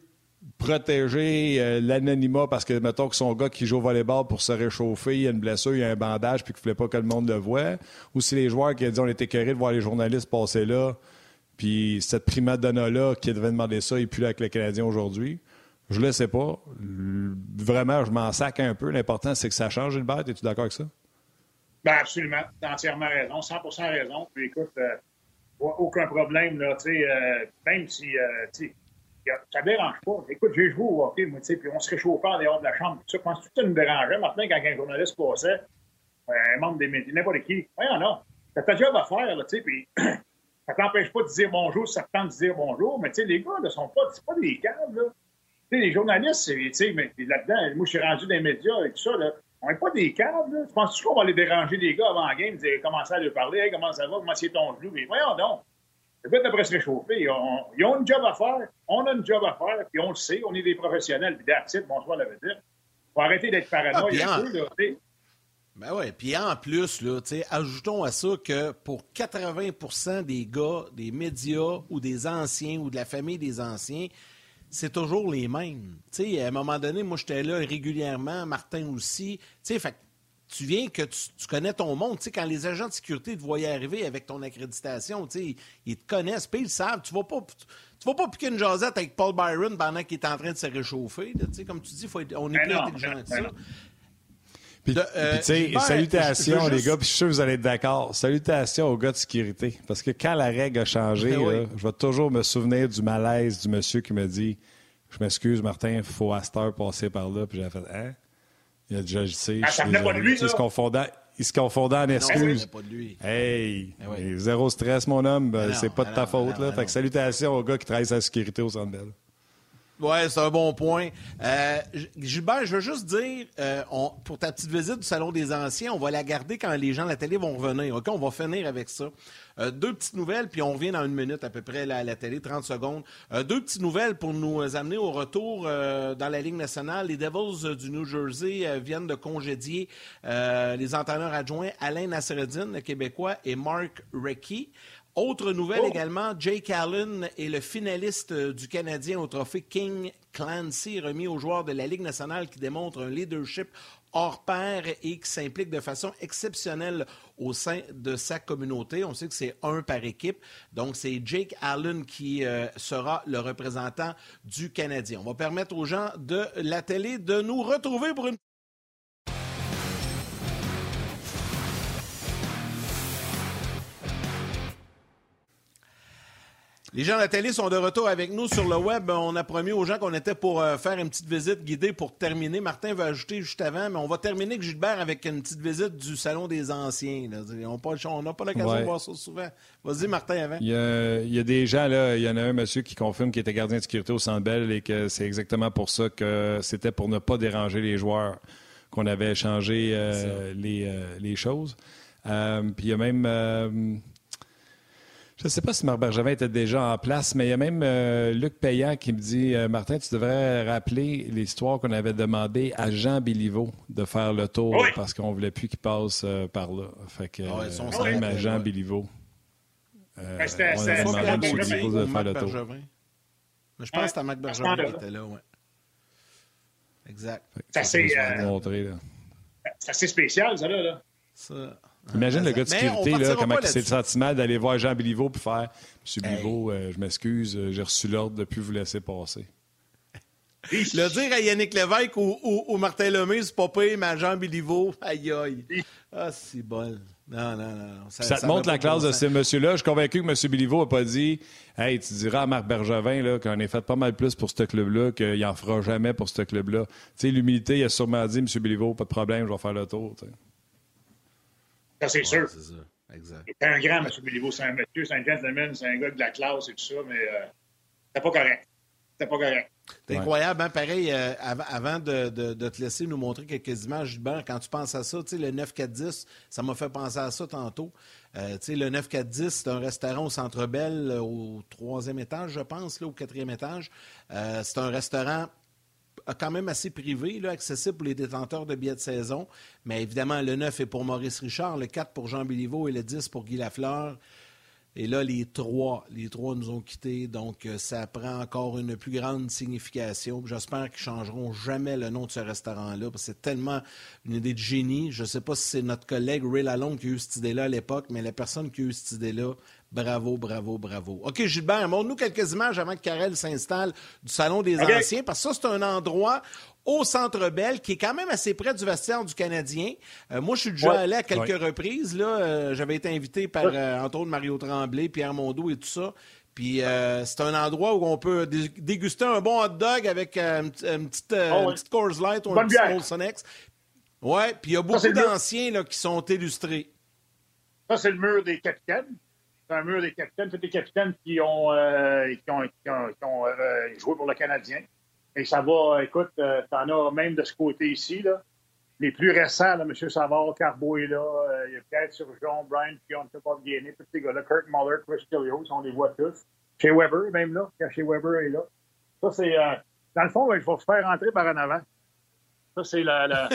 protéger euh, l'anonymat parce que, mettons, que son gars qui joue au volleyball pour se réchauffer, il y a une blessure, il y a un bandage, puis qu'il ne voulait pas que le monde le voie, ou c'est les joueurs qui ont dit on était écœurés de voir les journalistes passer là, puis cette prima donna-là qui devait demander ça, et puis là avec le Canadien aujourd'hui. Je ne le sais pas. Vraiment, je m'en sac un peu. L'important, c'est que ça change, Gilbert. Es-tu d'accord avec ça? Bien, absolument. Tu as entièrement raison. cent pour cent raison. Puis écoute, euh, aucun problème, là. Tu sais, euh, même si, euh, tu sais, ça ne dérange pas. Écoute, j'ai joué au hockey, moi, tu sais, puis on se réchauffait en dehors de la chambre. Tu penses-tu que ça nous dérangeait, Martin, quand un journaliste passait, un membre des médias, n'importe qui? Voyons, non. T'as ta job à faire, là, tu sais, puis ça t'empêche pas de dire bonjour si ça te tente de dire bonjour, mais tu sais, les gars, ne sont pas, c'est pas des câbles, là. Tu sais, les journalistes, tu sais, mais là-dedans, moi, je suis rendu dans les médias et tout ça, là. On n'est pas des câbles, là. Tu penses-tu qu'on va aller déranger les gars avant la game, dire, commencer à leur parler, hey, comment ça va, comment c'est ton genou? Mais voyons donc. Le gars devrait se réchauffer. Ils ont, ils ont une job à faire, on a une job à faire, puis on le sait, on est des professionnels, puis that's it, bonsoir, la vedette. Faut arrêter d'être paranoïa ah, un peu, là, tu sais. Ben oui, puis en plus, là, ajoutons à ça que pour quatre-vingts pour cent des gars, des médias ou des anciens ou de la famille des anciens, c'est toujours les mêmes. T'sais, à un moment donné, moi, j'étais là régulièrement, Martin aussi. T'sais, fait, tu viens que tu, tu connais ton monde. T'sais, quand les agents de sécurité te voient arriver avec ton accréditation, t'sais, ils te connaissent, puis ils le savent. Tu ne vas pas, tu, tu vas pas piquer une jasette avec Paul Byron pendant qu'il est en train de se réchauffer. Là, comme tu dis, faut être, on est plus intelligent que ça. Puis, euh, tu sais, salutations, je, je les juste... gars, puis je suis sûr que vous allez être d'accord. Salutations aux gars de sécurité. Parce que quand la règle a changé, là, oui. je vais toujours me souvenir du malaise du monsieur qui me dit « Je m'excuse, Martin, il faut à cette heure passer par là. » Puis j'ai fait « Hein? » Il a déjà, je sais, ah, ça venait pas de lui, il se confondait, il se confondait en excuses. Non, pas de lui. Hey, ah, oui. Zéro stress, mon homme, ben, non, c'est pas de ta non, faute. Non, là. Fait que salutations aux gars qui travaillent sur la sécurité au Centre Bell. Oui, c'est un bon point. Euh, Gilbert, je veux juste dire, euh, on, pour ta petite visite du Salon des Anciens, on va la garder quand les gens de la télé vont revenir. OK, on va finir avec ça. Euh, deux petites nouvelles, puis on revient dans une minute à peu près là, à la télé, trente secondes. Euh, deux petites nouvelles pour nous amener au retour euh, dans la Ligue nationale. Les Devils euh, du New Jersey euh, viennent de congédier euh, les entraîneurs adjoints Alain Nasreddine, le Québécois, et Mark Recchi. Autre nouvelle Oh. également, Jake Allen est le finaliste du Canadien au trophée King Clancy, remis aux joueurs de la Ligue nationale qui démontre un leadership hors pair et qui s'implique de façon exceptionnelle au sein de sa communauté. On sait que c'est un par équipe. Donc, c'est Jake Allen qui euh, sera le représentant du Canadien. On va permettre aux gens de la télé de nous retrouver pour une... Les gens de la télé sont de retour avec nous sur le web. On a promis aux gens qu'on était pour euh, faire une petite visite guidée pour terminer. Martin va ajouter juste avant, mais on va terminer avec Gilbert avec une petite visite du Salon des Anciens. Là. On n'a pas l'occasion Ouais. de voir ça souvent. Vas-y, Martin, avant. Il y, a, il y a des gens, là, il y en a un monsieur qui confirme qu'il était gardien de sécurité au Centre Bell et que c'est exactement pour ça que c'était pour ne pas déranger les joueurs qu'on avait échangé euh, les, euh, les choses. Euh, puis il y a même... Euh, je ne sais pas si Marc Bergevin était déjà en place, mais il y a même euh, Luc Payan qui me dit euh, « Martin, tu devrais rappeler l'histoire qu'on avait demandé à Jean Béliveau de faire le tour oui. parce qu'on ne voulait plus qu'il passe euh, par là. » Fait que Ah ouais, euh, son même centre, à Jean ouais. Béliveau. Euh, Ben, c'était- on c'était- avait c'était demandé à M. Bergevin Béliveau ou de faire Marc le tour. Bergevin. Mais je pense que c'était Marc Bergevin à ce qui moment-là. était là, oui. Exact. Fait que C'est ça, assez, je vais vous euh, montrer, là. C'est assez spécial, ça, là. là. Ça... Imagine le Mais gars de on sécurité, partira là, comment pas il s'est là-dessus. senti mal d'aller voir Jean Béliveau puis faire « Monsieur Hey. Béliveau, euh, je m'excuse, euh, j'ai reçu l'ordre de ne plus vous laisser passer. » Le dire à Yannick Lévesque ou, ou, ou Martin Lemay, c'est pas pire, mais à Jean Béliveau, aïe aïe. Ah, c'est bon. Non, non, non. Ça, ça te montre la classe de ce monsieur-là. Je suis convaincu que M. Béliveau n'a pas dit « Hey, tu diras à Marc Bergevin là, qu'on ait fait pas mal plus pour ce club-là, qu'il n'en fera jamais pour ce club-là. » Tu sais, l'humilité, il a sûrement dit « M. Béliveau, pas de problème, je vais faire le tour. » Ça, c'est Ouais, sûr. c'est ça. Exact. C'est un grand, M. Béliveau. C'est un monsieur, c'est un gentleman, c'est un gars de la classe et tout ça, mais euh, c'était pas correct. C'était pas correct. C'est incroyable, hein? Pareil, euh, av- avant de, de, de te laisser nous montrer quelques images, Gilbert, quand tu penses à ça, tu sais, le neuf quatre dix, ça m'a fait penser à ça tantôt. Euh, tu sais, le neuf quatre dix, c'est un restaurant au Centre Bell, euh, au troisième étage, je pense, là, au quatrième étage. Euh, c'est un restaurant quand même assez privé, là, accessible pour les détenteurs de billets de saison. Mais évidemment, le neuf est pour Maurice Richard, le quatre pour Jean Béliveau et le dix pour Guy Lafleur. Et là, les trois, les trois nous ont quittés, donc euh, ça prend encore une plus grande signification. J'espère qu'ils ne changeront jamais le nom de ce restaurant-là, parce que c'est tellement une idée de génie. Je ne sais pas si c'est notre collègue Ray Lalonde qui a eu cette idée-là à l'époque, mais la personne qui a eu cette idée-là, bravo, bravo, bravo. OK, Gilbert, montre-nous quelques images avant que Karel s'installe du Salon des OK. Anciens, parce que ça, c'est un endroit au Centre Bell, qui est quand même assez près du vestiaire du Canadien. Euh, moi, je suis déjà Ouais. allé à quelques Ouais. reprises. Là, Euh, j'avais été invité par, euh, entre autres, Mario Tremblay, Pierre Mondeau et tout ça. Puis euh, c'est un endroit où on peut dé- déguster un bon hot dog avec euh, une, petite- une petite, euh, Oh, ouais. une petite Coors Light ou un Bonne petit bière. Molson X. Ouais, puis il y a c'est beaucoup le mieux. d'anciens là, qui sont illustrés. Ça, c'est le mur des capitaines. C'est un mur des capitaines. C'est des capitaines qui ont, euh, qui ont, qui ont, qui ont, euh, joué pour le Canadien. Et ça va, écoute, euh, t'en as même de ce côté ici, là. Les plus récents, là, M. Savard, Carbo est là, euh, il y a Pierre Surgeon, Brian Pion, Bob Gainé, tous ces gars-là, Kurt Muller, Chris Chelios, on les voit tous. Chez Weber, même là, quand chez Weber est là. Ça, c'est, euh, dans le fond, il faut se faire rentrer par en avant. Ça, c'est la... la...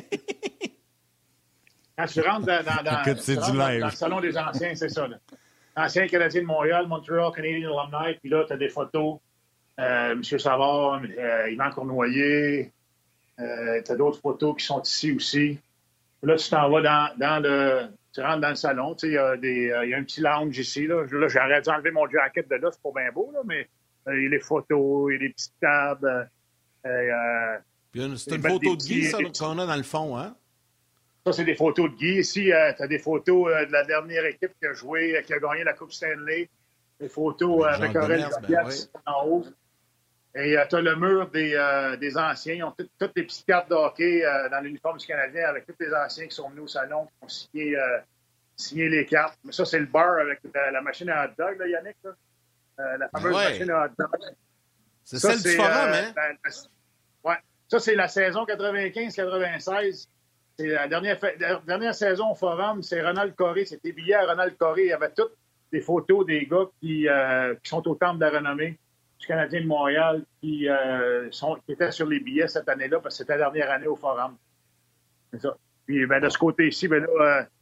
Quand tu rentres dans, dans, dans, Écoute, c'est tu rentres du dans- live. dans le Salon des Anciens, c'est ça, là. Ancien Canadien de Montréal, Montreal, Canadian Alumni, puis là, tu as des photos. Euh, M. Savard, euh, Yvan Cournoyer, euh, tu as d'autres photos qui sont ici aussi. Là, tu t'en vas dans, dans le... Tu rentres dans le salon, tu sais, il y a des, euh, il y a un petit lounge ici, là. Là, j'aurais dû enlever mon jacket de là, c'est pas bien beau, là, mais euh, il y a les photos, il y a des petites tables. Euh, euh, Puis une- c'est Ils une mettent photo des de Guy, petits- ça, des petits- qu'on a dans le fond, hein? Ça, c'est des photos de Guy. Ici, euh, tu as des photos euh, de la dernière équipe qui a joué, euh, qui a gagné la Coupe Stanley. Des photos euh, Avec avec Jean Aurel Demers, ben Joliette oui. en haut. Et euh, tu as le mur des, euh, des anciens. Ils ont tout- toutes les petites cartes de hockey euh, dans l'uniforme du Canadien avec tous les anciens qui sont venus au salon, qui ont signé, euh, signé les cartes. Mais ça, c'est le bar avec la, la machine à hot dog, là, Yannick. Là. Euh, la fameuse ouais. machine à hot dog. C'est Ça, celle du c'est, forum, euh, hein? la- la- ouais. Ça, c'est la saison quatre-vingt-quinze quatre-vingt-seize. C'est la dernière, fa- la dernière saison au Forum. C'est Ronald Coré. C'était billet à Ronald Coré. Il y avait toutes des photos des gars qui, euh, qui sont au Temple de la renommée du Canadien de Montréal qui, euh, sont, qui étaient sur les billets cette année-là parce que c'était la dernière année au Forum. C'est ça. Puis ben, de ce côté-ci, ben là, euh,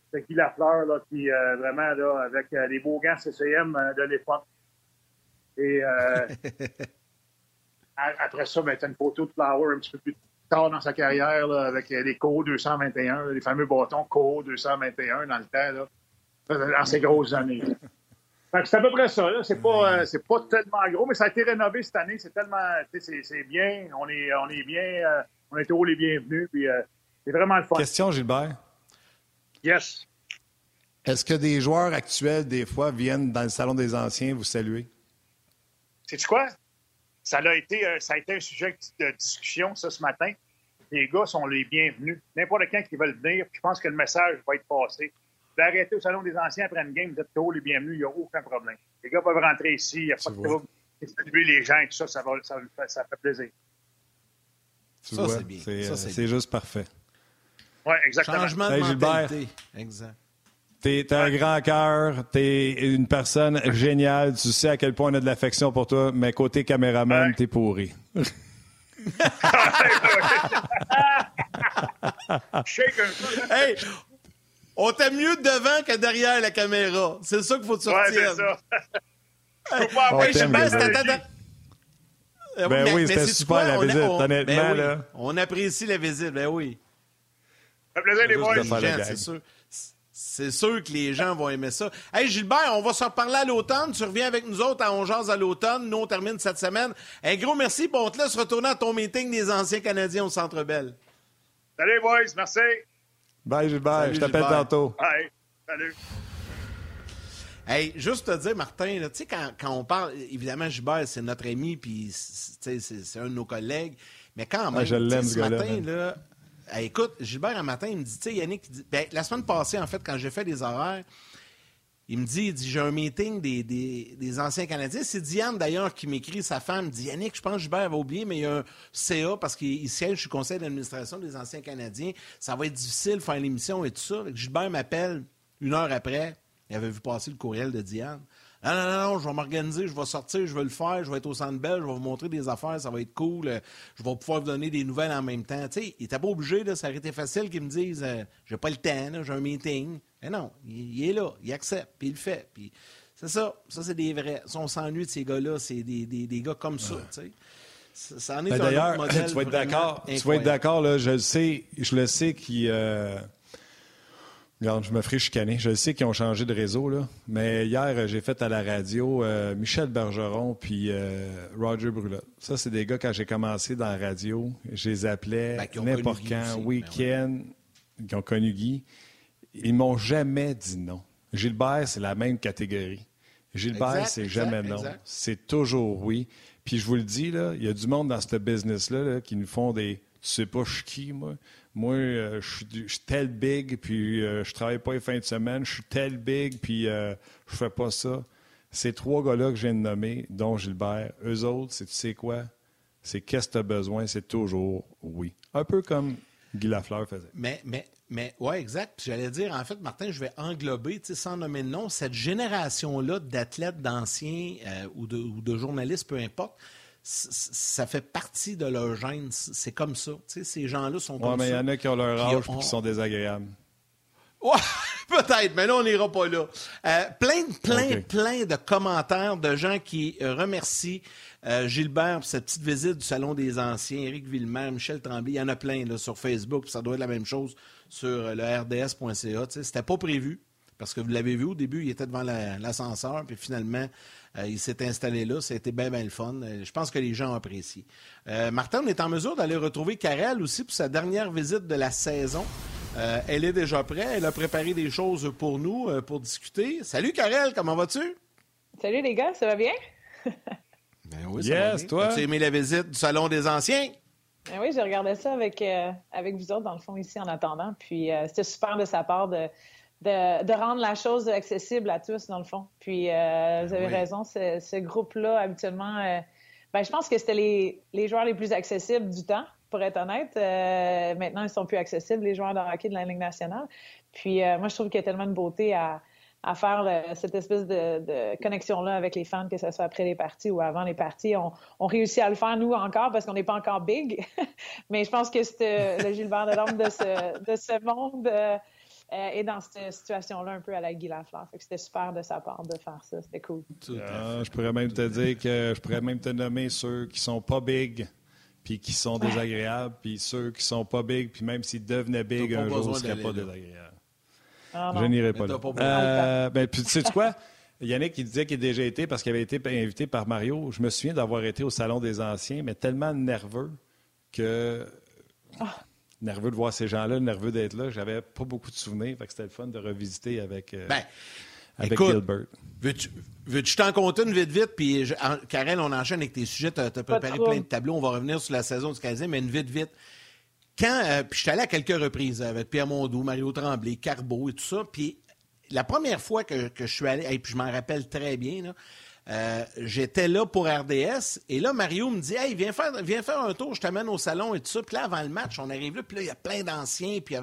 de Guy Lafleur, là, qui euh, vraiment, là, avec euh, les beaux gants C C M euh, de l'époque. Et euh, après ça, ben, tu as une photo de Flower un petit peu plus tard dans sa carrière, là, avec les C O deux cent vingt et un, les fameux bâtons C O deux cent vingt et un dans le temps, là, dans ces grosses années. Fait que c'est à peu près ça. Là. C'est pas, euh, c'est pas tellement gros, mais ça a été rénové cette année. C'est tellement, c'est, c'est bien. On est, on est bien. Euh, on est haut les bienvenus. Puis euh, c'est vraiment le fun. Question, Gilbert. Yes. Est-ce que des joueurs actuels, des fois, viennent dans le salon des anciens vous saluer? Sais-tu quoi? Ça a été, euh, ça a été un sujet de discussion, ça, ce matin. Les gars sont les bienvenus. N'importe quand qui veulent venir, je pense que le message va être passé. Vous arrêtez au salon des anciens après une game, vous êtes tous les bienvenus, il n'y a aucun problème. Les gars peuvent rentrer ici, il n'y a pas de trouble. Saluer les gens et tout ça, ça, va, ça, ça fait plaisir. Tu ça, vois, c'est bien. C'est, ça, c'est, c'est bien. juste parfait. Oui, exactement. Changement de hey, mentalité. Gilbert, exact. T'es, t'as un grand cœur, t'es une personne géniale, tu sais à quel point on a de l'affection pour toi, mais côté caméraman, ouais. T'es pourri. Hey, on t'aime mieux devant que derrière la caméra. C'est ça qu'il faut te sortir. Ouais, c'est ça. Hey, bon, hey, Gilbert, c'était ta... Ben mais, oui, c'était super la visite, on, honnêtement. Ben oui, là. On apprécie la visite, ben oui. Ça fait plaisir, les boys. C'est sûr. C'est sûr que les gens vont aimer ça. Hey Gilbert, on va se reparler à l'automne. Tu reviens avec nous autres à On jase à l'automne. Nous, on termine cette semaine. Un gros merci. Bon, on te laisse retourner à ton meeting des anciens Canadiens au Centre Bell. Salut, boys. Merci. Bye, Gilbert. Salut, je t'appelle Gilbert. tantôt. Bye. Salut. Hey, juste te dire, Martin, tu sais, quand, quand on parle, évidemment, Gilbert, c'est notre ami, puis c'est, c'est un de nos collègues. Mais quand même, ah, je l'aime, ce ce gars-là, matin, là... Hey, écoute, Gilbert, un matin, il me dit, tu sais, Yannick, il dit, ben, la semaine passée, en fait, quand j'ai fait des horaires, il me dit, il dit, j'ai un meeting des, des, des anciens Canadiens. C'est Diane, d'ailleurs, qui m'écrit, sa femme, il dit, Yannick, je pense que Gilbert va oublier, mais il y a un C A, parce qu'il siège sur le conseil d'administration des anciens Canadiens. Ça va être difficile de faire l'émission et tout ça. Gilbert m'appelle une heure après. Il avait vu passer le courriel de Diane. Non, non, non, non, je vais m'organiser, je vais sortir, je vais le faire, je vais être au Centre Bell, je vais vous montrer des affaires, ça va être cool, je vais pouvoir vous donner des nouvelles en même temps. Tu sais, il n'était pas obligé, là, ça aurait été facile qu'ils me disent euh, j'ai pas le temps, là, j'ai un meeting. Mais non, il, il est là, il accepte, puis il le fait. Puis c'est ça, ça c'est des vrais. Si on s'ennuie de ces gars-là, c'est des, des, des gars comme ça, tu sais. Ça, ça en est ben, un d'ailleurs, autre modèle tu vas être d'accord, incroyable. tu vas être d'accord, là, je le sais, je le sais qu'ils... Euh... Regarde, je me ferai chicaner. Je sais qu'ils ont changé de réseau, là. Mais hier, j'ai fait à la radio euh, Michel Bergeron puis euh, Roger Brulotte. Ça, c'est des gars, quand j'ai commencé dans la radio, je les appelais ben, n'importe quand, week-end, ben ouais. qui ont connu Guy. Ils m'ont jamais dit non. Gilbert, c'est la même catégorie. Gilbert, exact, c'est exact, jamais non. Exact. C'est toujours oui. Puis je vous le dis, là, il y a du monde dans ce business-là là, qui nous font des... Tu sais pas, je suis qui, moi? Moi, euh, je suis tel big, puis euh, je travaille pas les fins de semaine. Je suis tel big, puis euh, je fais pas ça. Ces trois gars-là que je viens de nommer, dont Gilbert, eux autres, c'est tu sais quoi? C'est qu'est-ce que tu as besoin? C'est toujours oui. Un peu comme Guy Lafleur faisait. Mais, mais, mais, oui, exact. Puis j'allais dire, en fait, Martin, je vais englober, sans nommer de nom, cette génération-là d'athlètes, d'anciens euh, ou, de, ou de journalistes, peu importe. Ça fait partie de leur gène. C'est comme ça. Tu sais, ces gens-là sont comme ouais, mais ça. Il y en a qui ont leur âge et ont... qui sont désagréables. Ouais, peut-être, mais là, on n'ira pas là. Euh, plein, plein, okay. plein de commentaires de gens qui euh, remercient euh, Gilbert pour cette petite visite du Salon des Anciens, Éric Villemer, Michel Tremblay. Il y en a plein là, sur Facebook. Ça doit être la même chose sur euh, le R D S point C A. Tu sais, c'était pas prévu. Parce que vous l'avez vu au début, il était devant la, l'ascenseur, puis finalement, euh, il s'est installé là. Ça a été bien, bien le fun. Euh, je pense que les gens ont apprécié. Euh, Martin, on est en mesure d'aller retrouver Karel aussi pour sa dernière visite de la saison. Euh, elle est déjà prête. Elle a préparé des choses pour nous, euh, pour discuter. Salut Karel, comment vas-tu? Salut les gars, ça va bien? Ben oui, ça yes, va bien. Toi? As-tu aimé la visite du Salon des Anciens? Ben oui, j'ai regardé ça avec, euh, avec vous autres, dans le fond, ici, en attendant. Puis euh, c'était super de sa part de... De, de rendre la chose accessible à tous, dans le fond. Puis, euh, vous avez oui. raison, ce, ce groupe-là, habituellement, euh, ben, je pense que c'était les, les joueurs les plus accessibles du temps, pour être honnête. Euh, maintenant, ils sont plus accessibles, les joueurs de hockey de la Ligue nationale. Puis, euh, moi, je trouve qu'il y a tellement de beauté à, à faire le, cette espèce de, de connexion-là avec les fans, que ce soit après les parties ou avant les parties. On, on réussit à le faire, nous, encore, parce qu'on n'est pas encore big. Mais je pense que c'est le Gilbert Delorme de ce, de ce monde... Euh, euh, est dans cette situation-là un peu à la Guy Lafleur. Fait que c'était super de sa part de faire ça. C'était cool. Ah, je pourrais même te dire que je pourrais même te nommer ceux qui sont pas big puis qui sont désagréables, puis ceux qui sont pas big, puis même s'ils devenaient big un jour, ce serait pas désagréable. Ah, je n'irai pas là. Pas euh, ben, puis tu sais quoi? Yannick, il disait qu'il a déjà été parce qu'il avait été invité par Mario. Je me souviens d'avoir été au Salon des Anciens, mais tellement nerveux que... Ah. Nerveux de voir ces gens-là, nerveux d'être là. J'avais pas beaucoup de souvenirs, fait que c'était le fun de revisiter avec, euh, ben, avec écoute, Gilbert. Veux-tu, veux-tu t'en compter une vite, vite, puis je, en, Karel, on enchaîne avec tes sujets, tu as préparé plein de tableaux, on va revenir sur la saison du Canadien, mais une vite, vite. Quand, euh, puis je suis allé à quelques reprises avec Pierre Mondeau, Mario Tremblay, Carbeau et tout ça, puis la première fois que, que je suis allé, et puis je m'en rappelle très bien, là, Euh, j'étais là pour R D S, et là, Mario me dit « Hey, viens faire, viens faire un tour, je t'amène au salon et tout ça. » Puis là, avant le match, on arrive là, puis là, il y a plein d'anciens, puis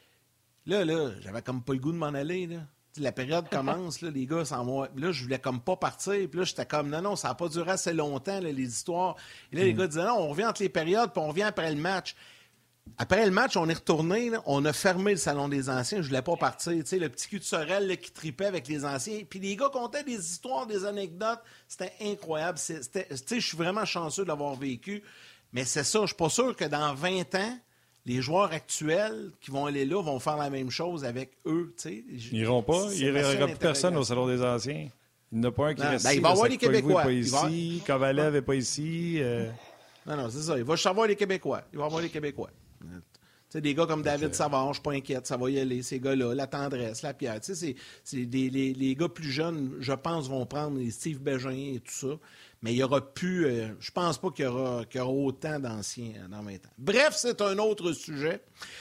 là, là, j'avais comme pas le goût de m'en aller, là. La période commence, là, les gars s'en vont. Là, je voulais comme pas partir, puis là, j'étais comme « Non, non, ça n'a pas duré assez longtemps, là, les histoires. » Et là, les mm. gars disaient « Non, on revient entre les périodes, puis on revient après le match. » Après le match, on est retourné, là, on a fermé le salon des anciens, je voulais pas partir. Tu sais, le petit cul de Sorel là, qui tripait avec les anciens. Puis les gars contaient des histoires, des anecdotes. C'était incroyable. C'était, tu sais, je suis vraiment chanceux de l'avoir vécu. Mais c'est ça, je suis pas sûr que dans vingt ans, les joueurs actuels qui vont aller là vont faire la même chose avec eux. Tu sais. Ils n'iront pas. Il n'y aura plus personne au salon des anciens. Il n'y en a pas un qui non, reste ben, ici. Il va y avoir les Québécois. N'est pas ici. Va... Kovalev n'est pas ici. Euh... Non, non, c'est ça. Il va savoir les Québécois. Il va y avoir les Québécois. Tu sais, des gars comme David Savard, je ne suis pas inquiète, ça va y aller, ces gars-là, la tendresse, la pierre. Tu sais, c'est, c'est des, les, les gars plus jeunes, je pense, vont prendre les Steve Bégin et tout ça, mais il n'y aura plus, euh, je pense pas qu'il y aura, qu'il y aura autant d'anciens dans vingt ans. Bref, c'est un autre sujet.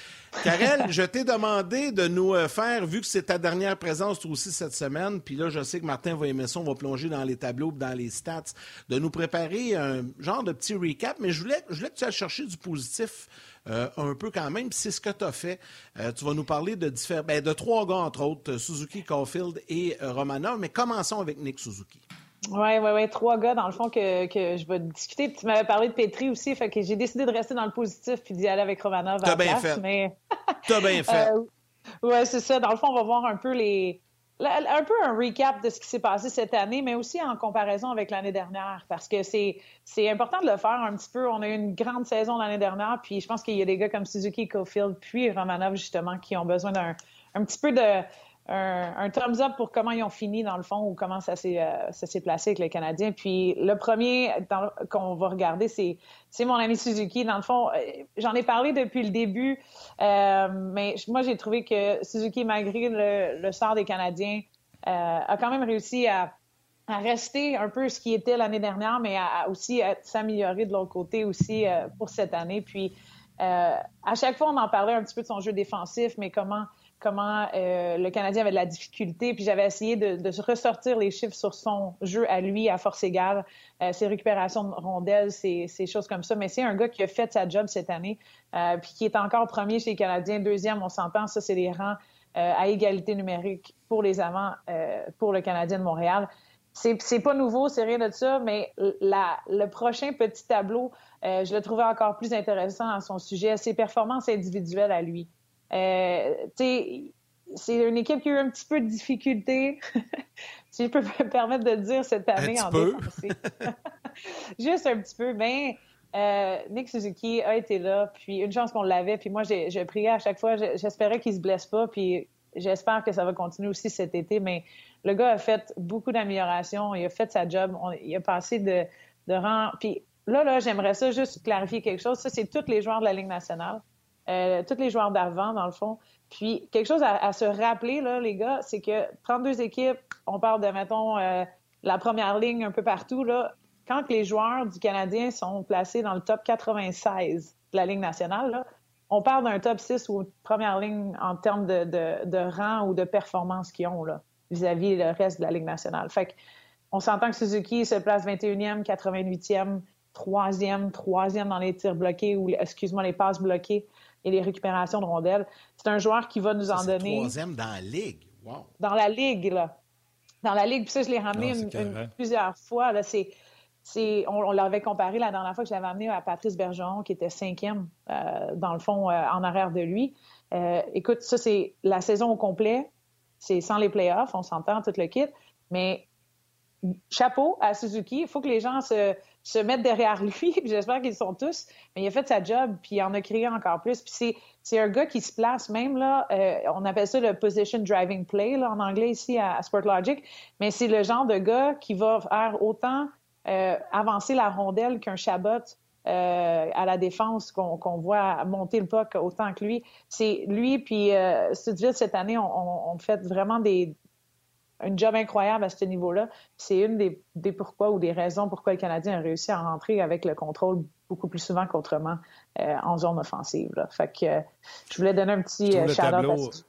Karel, je t'ai demandé de nous faire, vu que c'est ta dernière présence toi aussi cette semaine, puis là, je sais que Martin va aimer ça, on va plonger dans les tableaux, dans les stats, de nous préparer un genre de petit recap, mais je voulais, je voulais que tu ailles chercher du positif euh, un peu quand même, puis c'est ce que tu as fait. Euh, tu vas nous parler de, diffé- ben, de trois gars, entre autres, Suzuki, Caulfield et euh, Romanov, mais commençons avec Nick Suzuki. Oui, oui, oui. Trois gars, dans le fond, que, que je vais discuter. Puis tu m'avais parlé de Petry aussi, fait que j'ai décidé de rester dans le positif puis d'y aller avec Romanov à la bien place. Fait. Mais... T'as bien fait. euh, oui, c'est ça. Dans le fond, on va voir un peu les... un peu un recap de ce qui s'est passé cette année, mais aussi en comparaison avec l'année dernière, parce que c'est, c'est important de le faire un petit peu. On a eu une grande saison l'année dernière, puis je pense qu'il y a des gars comme Suzuki, Caulfield, puis Romanov, justement, qui ont besoin d'un un petit peu de... Un, un thumbs up pour comment ils ont fini, dans le fond, ou comment ça s'est, euh, ça s'est placé avec les Canadiens. Puis le premier dans, qu'on va regarder, c'est, c'est mon ami Suzuki. Dans le fond, euh, j'en ai parlé depuis le début, euh, mais moi, j'ai trouvé que Suzuki, malgré le, le sort des Canadiens, euh, a quand même réussi à, à rester un peu ce qui était l'année dernière, mais à, à aussi à s'améliorer de l'autre côté aussi euh, pour cette année. Puis euh, à chaque fois, on en parlait un petit peu de son jeu défensif, mais comment... comment euh, le Canadien avait de la difficulté. Puis j'avais essayé de, de ressortir les chiffres sur son jeu à lui, à force égale, euh, ses récupérations de rondelles, ces, ces choses comme ça. Mais c'est un gars qui a fait sa job cette année, euh, puis qui est encore premier chez les Canadiens. Deuxième, on s'entend, ça, c'est les rangs euh, à égalité numérique pour les avants euh, pour le Canadien de Montréal. C'est, c'est pas nouveau, c'est rien de ça, mais la, le prochain petit tableau, euh, je le trouvais encore plus intéressant à son sujet, ses performances individuelles à lui. Euh, c'est une équipe qui a eu un petit peu de difficulté, si je peux me permettre de le dire, cette année en défensive. Juste un petit peu, mais euh, Nick Suzuki a été là, puis une chance qu'on l'avait, puis moi, j'ai, j'ai prié à chaque fois, j'espérais qu'il se blesse pas, puis j'espère que ça va continuer aussi cet été, mais le gars a fait beaucoup d'améliorations, il a fait sa job, on, il a passé de, de rang, puis là, là, j'aimerais ça juste clarifier quelque chose, ça, c'est tous les joueurs de la Ligue nationale. Euh, tous les joueurs d'avant, dans le fond. Puis, quelque chose à, à se rappeler, là, les gars, c'est que trente-deux équipes, on parle de, mettons, euh, la première ligne un peu partout, là. Quand les joueurs du Canadien sont placés dans le top quatre-vingt-seize de la Ligue nationale, là, on parle d'un top six ou première ligne en termes de, de, de rang ou de performance qu'ils ont, là, vis-à-vis le reste de la Ligue nationale. Fait qu'on s'entend que Suzuki se place vingt et unième, quatre-vingt-huitième, troisième, troisième dans les tirs bloqués ou, excuse-moi, les passes bloquées et les récupérations de rondelles. C'est un joueur qui va nous en ça, donner... troisième dans la Ligue. Wow. Dans la Ligue, là. Dans la Ligue. Puis ça, je l'ai ramené non, une, une, plusieurs fois. Là. C'est, c'est, on, on l'avait comparé la dernière fois que je l'avais amené à Patrice Bergeron, qui était cinquième, euh, dans le fond, euh, en arrière de lui. Euh, écoute, ça, c'est la saison au complet. C'est sans les playoffs, on s'entend, tout le kit. Mais chapeau à Suzuki. Il faut que les gens se, se mettent derrière lui. J'espère qu'ils sont tous. Mais il a fait sa job, puis il en a créé encore plus. Puis c'est, c'est un gars qui se place même, là, euh, on appelle ça le position driving play, là, en anglais ici à, à Sportlogic. Mais c'est le genre de gars qui va faire autant euh, avancer la rondelle qu'un Chabot euh, à la défense, qu'on, qu'on voit monter le puck autant que lui. C'est lui, puis euh, Stouffville, cette année, on, on, on fait vraiment des... un job incroyable à ce niveau-là. C'est une des, des pourquoi ou des raisons pourquoi le Canadien a réussi à rentrer avec le contrôle beaucoup plus souvent qu'autrement euh, en zone offensive. Là. Fait que euh, je voulais donner un petit euh, shout-out à ça.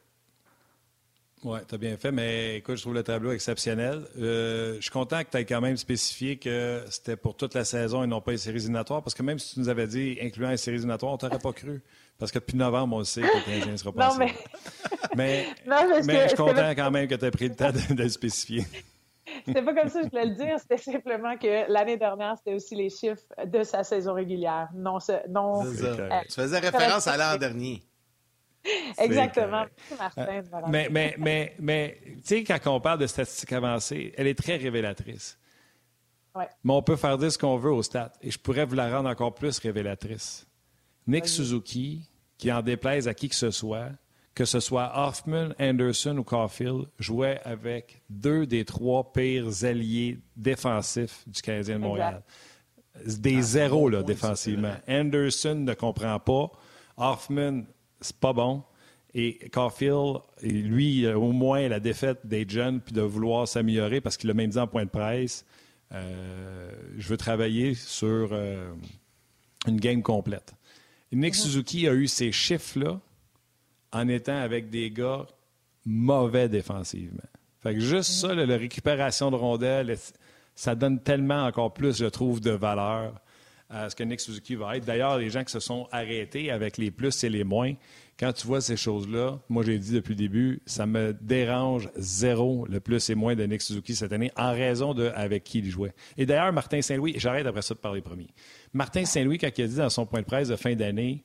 Oui, tu as bien fait, mais écoute, je trouve le tableau exceptionnel. Euh, je suis content que tu aies quand même spécifié que c'était pour toute la saison et non pas les séries éliminatoires, parce que même si tu nous avais dit incluant les séries éliminatoires, on ne t'aurait pas cru. Parce que depuis novembre, on le sait que le Canadien ne sera pas non, mais... mais... non, mais, mais que, je suis content pas... quand même que tu aies pris le temps de, de le spécifier. C'était pas comme ça que je voulais le dire, c'était simplement que l'année dernière, c'était aussi les chiffres de sa saison régulière. Non, ce, non, euh, tu faisais référence à l'an dernier. Exactement. Martin, euh, mais, mais, mais, mais tu sais, quand on parle de statistiques avancées, elle est très révélatrice. Ouais. Mais on peut faire dire ce qu'on veut aux stats. Et je pourrais vous la rendre encore plus révélatrice. Nick Vas-y. Suzuki, qui en déplaise à qui que ce soit, que ce soit Hoffman, Anderson ou Caulfield, jouait avec deux des trois pires alliés défensifs du Canadien de Montréal. Exact. Des ah, zéros, là, défensivement. Anderson ne comprend pas. Hoffman, c'est pas bon. Et Caulfield, lui, au moins, la défaite d'être jeune puis de vouloir s'améliorer, parce qu'il l'a même dit en point de presse, euh, je veux travailler sur euh, une game complète. Et Nick mm-hmm. Suzuki a eu ces chiffres-là en étant avec des gars mauvais défensivement. Fait que juste mm-hmm. ça, là, la récupération de rondelles, ça donne tellement encore plus, je trouve, de valeur à ce que Nick Suzuki va être. D'ailleurs, les gens qui se sont arrêtés avec les plus et les moins, quand tu vois ces choses-là, moi j'ai dit depuis le début, ça me dérange zéro le plus et moins de Nick Suzuki cette année en raison de avec qui il jouait. Et d'ailleurs, Martin Saint-Louis, j'arrête après ça de parler premier. Martin Saint-Louis, quand il a dit dans son point de presse de fin d'année,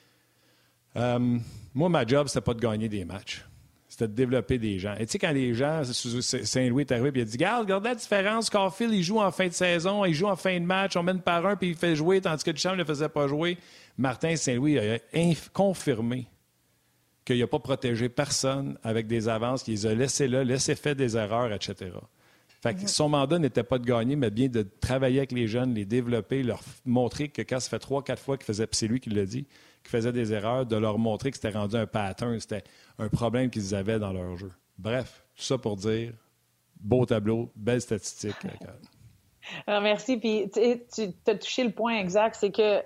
euh, moi, ma job, c'était pas de gagner des matchs. C'était de développer des gens. Et tu sais, quand les gens, Saint-Louis est arrivé et il a dit « Regarde, regarde la différence, Caulfield, il joue en fin de saison, il joue en fin de match, on mène par un puis il fait jouer, tandis que Duchamp ne le faisait pas jouer. » Martin Saint-Louis a inf- confirmé qu'il n'a pas protégé personne avec des avances, qu'il les a laissés là, laissé faire des erreurs, et cetera. Fait que son mandat n'était pas de gagner, mais bien de travailler avec les jeunes, les développer, leur montrer que quand ça fait trois, quatre fois qu'il faisait, puis c'est lui qui l'a dit, qu'il faisait des erreurs, de leur montrer que c'était rendu un pattern, c'était un problème qu'ils avaient dans leur jeu. Bref, tout ça pour dire, beau tableau, belle statistique. Alors, merci. Puis tu as touché le point exact, c'est que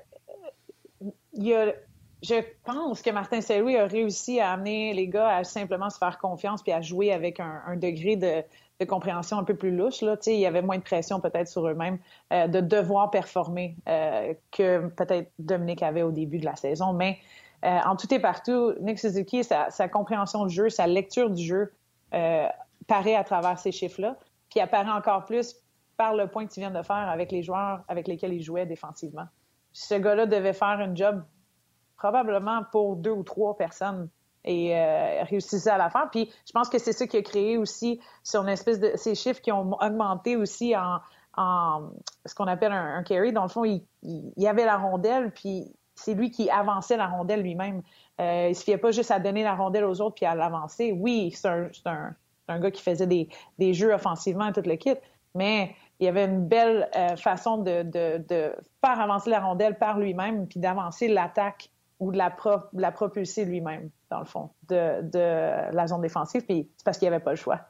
il y a... Je pense que Martin Saint-Louis a réussi à amener les gars à simplement se faire confiance puis à jouer avec un, un degré de, de compréhension un peu plus louche. Là. Il y avait moins de pression peut-être sur eux-mêmes euh, de devoir performer euh, que peut-être Dominique avait au début de la saison. Mais euh, en tout et partout, Nick Suzuki, sa, sa compréhension du jeu, sa lecture du jeu euh, paraît à travers ces chiffres-là, puis apparaît encore plus par le point que tu viens de faire avec les joueurs avec lesquels il jouait défensivement. Ce gars-là devait faire un job probablement pour deux ou trois personnes et euh, réussissait à la faire. Puis je pense que c'est ça qui a créé aussi son espèce de ces chiffres qui ont augmenté aussi en, en ce qu'on appelle un, un carry. Dans le fond, il, il, il avait la rondelle, puis c'est lui qui avançait la rondelle lui-même. Euh, il se fiait pas juste à donner la rondelle aux autres puis à l'avancer. Oui, c'est un, c'est un, c'est un gars qui faisait des, des jeux offensivement et tout le kit, mais il y avait une belle euh, façon de, de, de faire avancer la rondelle par lui-même puis d'avancer l'attaque ou de la, pro, de la propulser lui-même, dans le fond, de, de la zone défensive, puis c'est parce qu'il n'y avait pas le choix.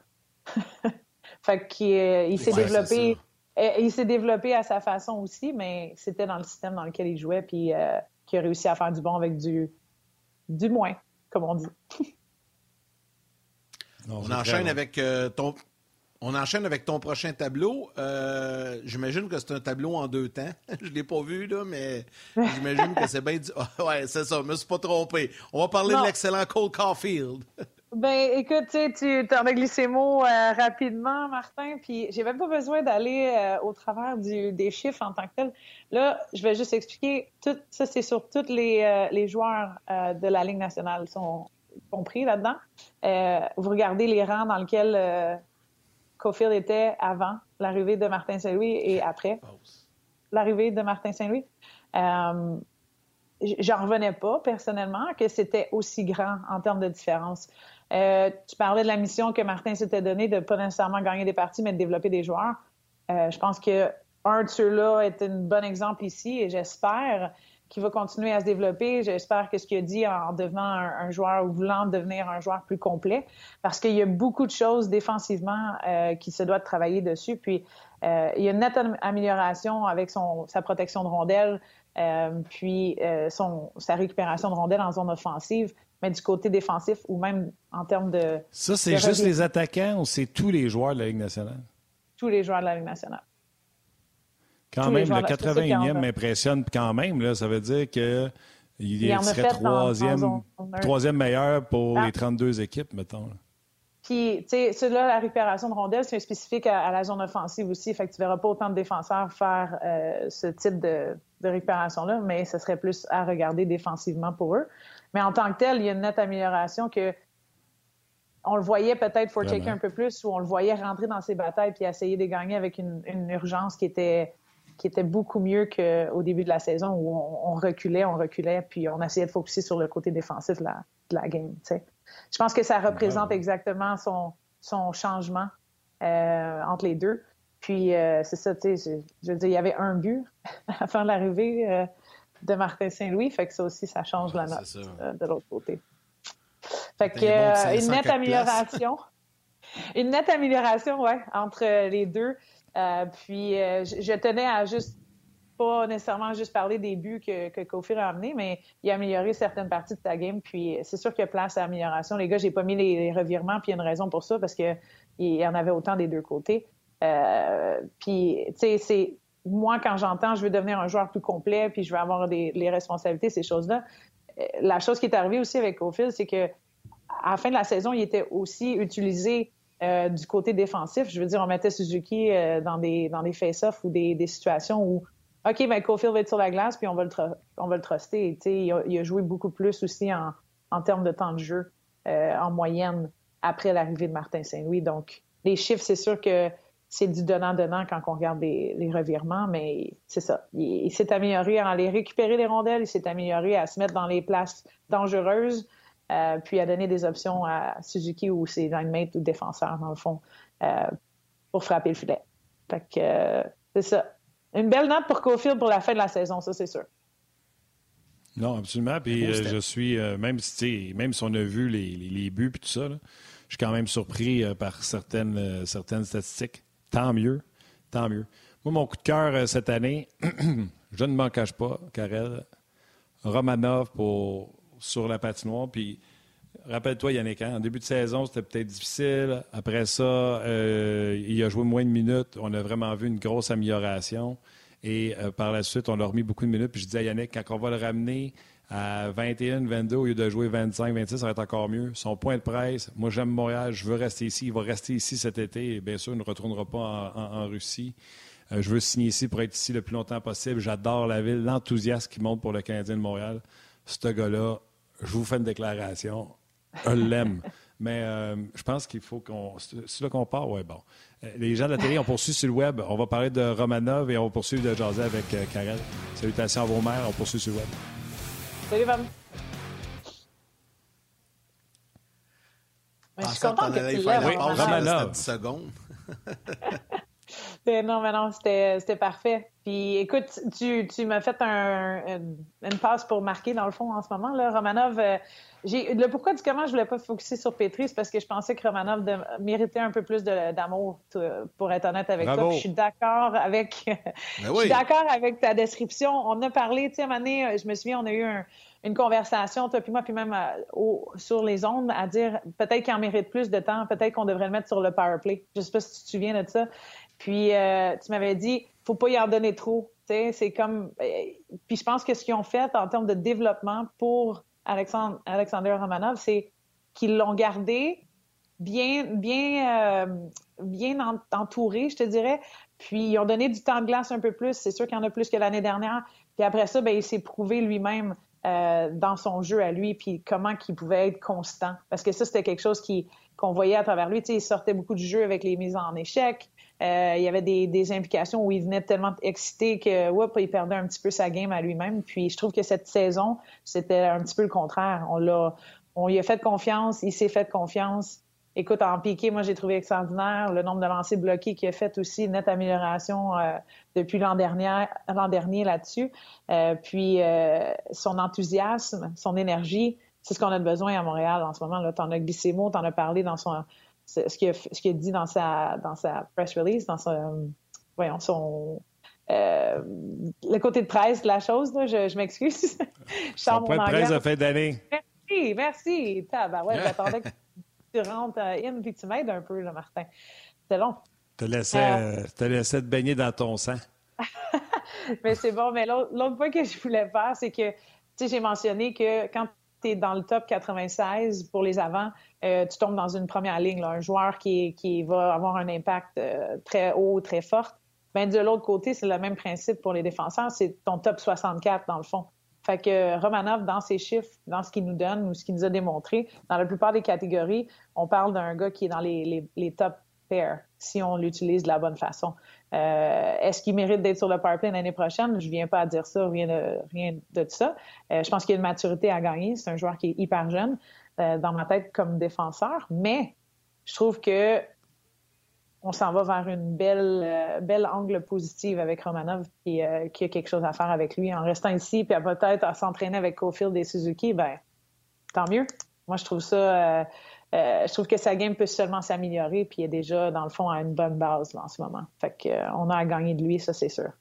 Fait qu'il il s'est ouais, développé il s'est développé à sa façon aussi, mais c'était dans le système dans lequel il jouait, puis euh, qu'il a réussi à faire du bon avec du, du moins, comme on dit. Non, on enchaîne avec euh, ton... On enchaîne avec ton prochain tableau. Euh, j'imagine que c'est un tableau en deux temps. Je ne l'ai pas vu, là, mais j'imagine que c'est bien... Du... Oh, ouais, c'est ça, je ne me suis pas trompé. On va parler non. de l'excellent Cole Caulfield. Ben, écoute, tu t'en as glissé mot euh, rapidement, Martin, puis j'ai même pas besoin d'aller euh, au travers du, des chiffres en tant que tel. Là, je vais juste expliquer, tout ça, c'est sur tous les, euh, les joueurs euh, de la Ligue nationale sont compris là-dedans. Euh, vous regardez les rangs dans lesquels euh, Caufield était avant l'arrivée de Martin Saint-Louis et après l'arrivée de Martin Saint-Louis. Euh, J'en revenais pas, personnellement, que c'était aussi grand en termes de différence. Euh, tu parlais de la mission que Martin s'était donnée de pas nécessairement gagner des parties, mais de développer des joueurs. Euh, je pense que un de ceux-là est un bon exemple ici et j'espère qu'il va continuer à se développer. J'espère que ce qu'il a dit en devenant un, un joueur ou voulant devenir un joueur plus complet, parce qu'il y a beaucoup de choses défensivement euh, qui se doit travailler dessus. Puis, euh, il y a une nette amélioration avec son, sa protection de rondelles, euh, puis euh, son, sa récupération de rondelles en zone offensive. Mais du côté défensif ou même en termes de... Ça, c'est de juste revue... les attaquants ou c'est tous les joueurs de la Ligue nationale? Tous les joueurs de la Ligue nationale. Quand tous même, le de... quatre-vingt-unième m'impressionne quand même. Là, ça veut dire qu'il il serait troisième, dans, dans troisième meilleur pour ah. les trente-deux équipes, mettons. Là. Puis, tu sais, celui-là, la récupération de rondelles, c'est spécifique à, à la zone offensive aussi. Fait que tu verras pas autant de défenseurs faire euh, ce type de, de récupération-là, mais ce serait plus à regarder défensivement pour eux. Mais en tant que tel, il y a une nette amélioration que on le voyait peut-être forechecker un peu plus, ou on le voyait rentrer dans ses batailles puis essayer de gagner avec une, une urgence qui était, qui était beaucoup mieux qu'au début de la saison où on, on reculait, on reculait, puis on essayait de focusser sur le côté défensif de la, de la game, tu sais. Je pense que ça représente ouais. exactement son, son changement euh, entre les deux. Puis, euh, c'est ça, tu sais, je, je veux dire, il y avait un but avant l'arrivée euh, de Martin Saint-Louis, fait que ça aussi, ça change la note euh, de l'autre côté. Fait que euh, une nette amélioration. une nette amélioration, ouais, entre les deux. Euh, puis, euh, je, je tenais à juste pas nécessairement juste parler des buts que, que Caufield a amenés, mais il a amélioré certaines parties de ta game. Puis c'est sûr qu'il y a place à amélioration. Les gars, j'ai pas mis les, les revirements, puis il y a une raison pour ça, parce qu'il y en avait autant des deux côtés. Euh, puis, tu sais, c'est moi, quand j'entends je veux devenir un joueur plus complet, puis je veux avoir des, les responsabilités, ces choses-là. La chose qui est arrivée aussi avec Caufield, c'est que à la fin de la saison, il était aussi utilisé euh, du côté défensif. Je veux dire, on mettait Suzuki euh, dans des, dans des face-offs ou des, des situations où OK, bien, Caufield va être sur la glace, puis on va le, tr- on va le truster. Il a, il a joué beaucoup plus aussi en, en termes de temps de jeu, euh, en moyenne, après l'arrivée de Martin Saint-Louis. Donc, les chiffres, c'est sûr que c'est du donnant-donnant quand on regarde les, les revirements, mais c'est ça. Il, il s'est amélioré à aller récupérer les rondelles, il s'est amélioré à se mettre dans les places dangereuses, euh, puis à donner des options à Suzuki ou ses line-mates ou défenseurs, dans le fond, euh, pour frapper le filet. Fait que euh, c'est ça. Une belle note pour Caufield pour la fin de la saison, ça, c'est sûr. Non, absolument. Puis euh, je suis, euh, même, si, même si on a vu les, les, les buts et tout ça, là, je suis quand même surpris euh, par certaines, euh, certaines statistiques. Tant mieux, tant mieux. Moi, mon coup de cœur euh, cette année, je ne m'en cache pas, Karel, Romanov pour, sur la patinoire. Puis rappelle-toi, Yannick, hein, en début de saison, c'était peut-être difficile. Après ça, euh, il a joué moins de minutes. On a vraiment vu une grosse amélioration. Et euh, par la suite, on a remis beaucoup de minutes. Puis je disais à Yannick, quand on va le ramener à vingt et un, vingt-deux, au lieu de jouer vingt-cinq, vingt-six, ça va être encore mieux. Son point de presse, moi j'aime Montréal, je veux rester ici. Il va rester ici cet été. Et bien sûr, il ne retournera pas en, en, en Russie. Euh, je veux signer ici pour être ici le plus longtemps possible. J'adore la ville, l'enthousiasme qui monte pour le Canadien de Montréal. Ce gars-là, je vous fais une déclaration. Je l'aime. Mais euh, je pense qu'il faut qu'on... C'est là qu'on part? Oui, bon. Euh, les gens de la télé, on poursuit sur le web. On va parler de Romanov et on va poursuivre de jaser avec euh, Karel. Salutations à vos mères. On poursuit sur le web. Salut, Vam. Je suis contente que tu l'aies. Oui, Romanov. dix secondes. Non, mais non, c'était, c'était parfait. Puis écoute, tu, tu m'as fait un, une, une passe pour marquer, dans le fond, en ce moment. Là. Romanov, euh, j'ai, le pourquoi du comment je voulais pas focusser sur Petry, c'est parce que je pensais que Romanov de, méritait un peu plus de, d'amour, pour être honnête avec Bravo. toi. Puis je suis d'accord avec, oui. je suis d'accord avec ta description. On a parlé, tu sais, à un moment donné, je me souviens, on a eu un, une conversation, toi puis moi, puis même euh, au, sur les ondes, à dire peut-être qu'il en mérite plus de temps, peut-être qu'on devrait le mettre sur le power play. Je sais pas si tu te souviens de ça. Puis, euh, tu m'avais dit, faut pas y en donner trop. T'sais, c'est comme... Euh, puis je pense que ce qu'ils ont fait en termes de développement pour Alexandre, Alexander Romanov, c'est qu'ils l'ont gardé bien, bien, euh, bien entouré, je te dirais. Puis, ils ont donné du temps de glace un peu plus. C'est sûr qu'il y en a plus que l'année dernière. Puis après ça, ben, il s'est prouvé lui-même euh, dans son jeu à lui, puis comment qu'il pouvait être constant. Parce que ça, c'était quelque chose qui, qu'on voyait à travers lui. Tu sais, il sortait beaucoup du jeu avec les mises en échec. Euh, il y avait des, des implications où il venait tellement excité que, oups, il perdait un petit peu sa game à lui-même. Puis je trouve que cette saison, c'était un petit peu le contraire. On l'a, on lui a fait confiance, il s'est fait confiance. Écoute, en piqué, moi, j'ai trouvé extraordinaire. Le nombre de lancers bloqués qu'il a fait aussi, nette amélioration euh, depuis l'an dernier, l'an dernier là-dessus. Euh, puis euh, son enthousiasme, son énergie, c'est ce qu'on a de besoin à Montréal en ce moment. Là, t'en as glissé mot, t'en as parlé dans son, ce qu'il a, ce qu'il a dit dans sa, dans sa press release, dans son, voyons, son, euh, le côté de presse de la chose. Là, je, je m'excuse. je son point de presse de fin d'année. Merci, merci. Tabarouette, ouais, j'attendais que tu rentres in et que tu m'aides un peu, là, Martin. C'est long. Je te laissais, euh... te laissais te baigner dans ton sang. Mais c'est bon. Mais l'autre, l'autre point que je voulais faire, c'est que, tu sais, j'ai mentionné que quand tu es dans le top quatre-vingt-seize pour les avants, euh, tu tombes dans une première ligne, là, un joueur qui, qui va avoir un impact euh, très haut, très fort. Ben, de l'autre côté, c'est le même principe pour les défenseurs, c'est ton top soixante-quatre dans le fond. Fait que Romanov, dans ses chiffres, dans ce qu'il nous donne ou ce qu'il nous a démontré, dans la plupart des catégories, on parle d'un gars qui est dans les, les, les top pairs, si on l'utilise de la bonne façon. Euh, est-ce qu'il mérite d'être sur le powerplay l'année prochaine? Je viens pas à dire ça, rien de, rien de ça. Euh, je pense qu'il y a une maturité à gagner. C'est un joueur qui est hyper jeune euh, dans ma tête comme défenseur, mais je trouve que on s'en va vers une belle, euh, belle angle positive avec Romanov qui, euh, qui a quelque chose à faire avec lui. En restant ici, puis peut-être à s'entraîner avec Caulfield et Suzuki, ben tant mieux. Moi, je trouve ça... Euh, euh, je trouve que sa game peut seulement s'améliorer, puis il est déjà, dans le fond, à une bonne base là, en ce moment. Fait qu'on euh, a à gagner de lui, ça, c'est sûr.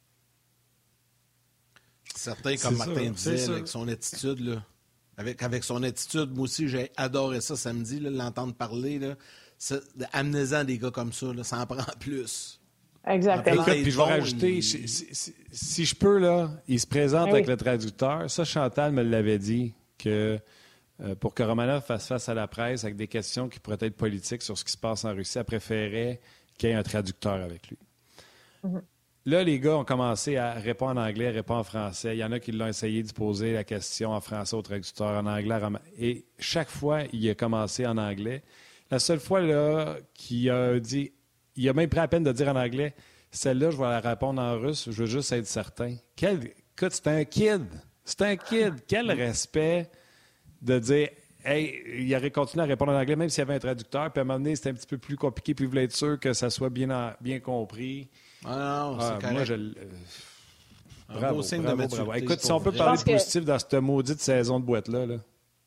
Certains, comme c'est Martin ça, disait, avec son attitude, là, avec, avec son attitude, moi aussi, j'ai adoré ça samedi, là, l'entendre parler, là. Amenez-en des gars comme ça, là, ça en prend plus. Exactement. Écoute, puis je vais rajouter, il... si, si, si je peux, là, il se présente oui. avec le traducteur. Ça, Chantal me l'avait dit, que euh, pour que Romanov fasse face à la presse avec des questions qui pourraient être politiques sur ce qui se passe en Russie, elle préférait qu'il y ait un traducteur avec lui. Mm-hmm. Là, les gars ont commencé à répondre en anglais, répondre en français. Il y en a qui l'ont essayé de poser la question en français au traducteur, en anglais. Et chaque fois, il a commencé en anglais. La seule fois là qu'il a dit, il a même pris la peine de dire en anglais, celle-là, je vais la répondre en russe, je veux juste être certain. Quel, écoute, c'est un kid. C'est un kid. Quel respect de dire, hey, il aurait continué à répondre en anglais, même s'il y avait un traducteur. Puis à un moment donné, c'était un petit peu plus compliqué, puis il voulait être sûr que ça soit bien, en, bien compris. Ah non, c'est ah, correct. Moi, je, euh, bravo, bravo, bravo, bravo. Écoute, si on peut parler de positif que... dans cette maudite saison de boîte-là, là.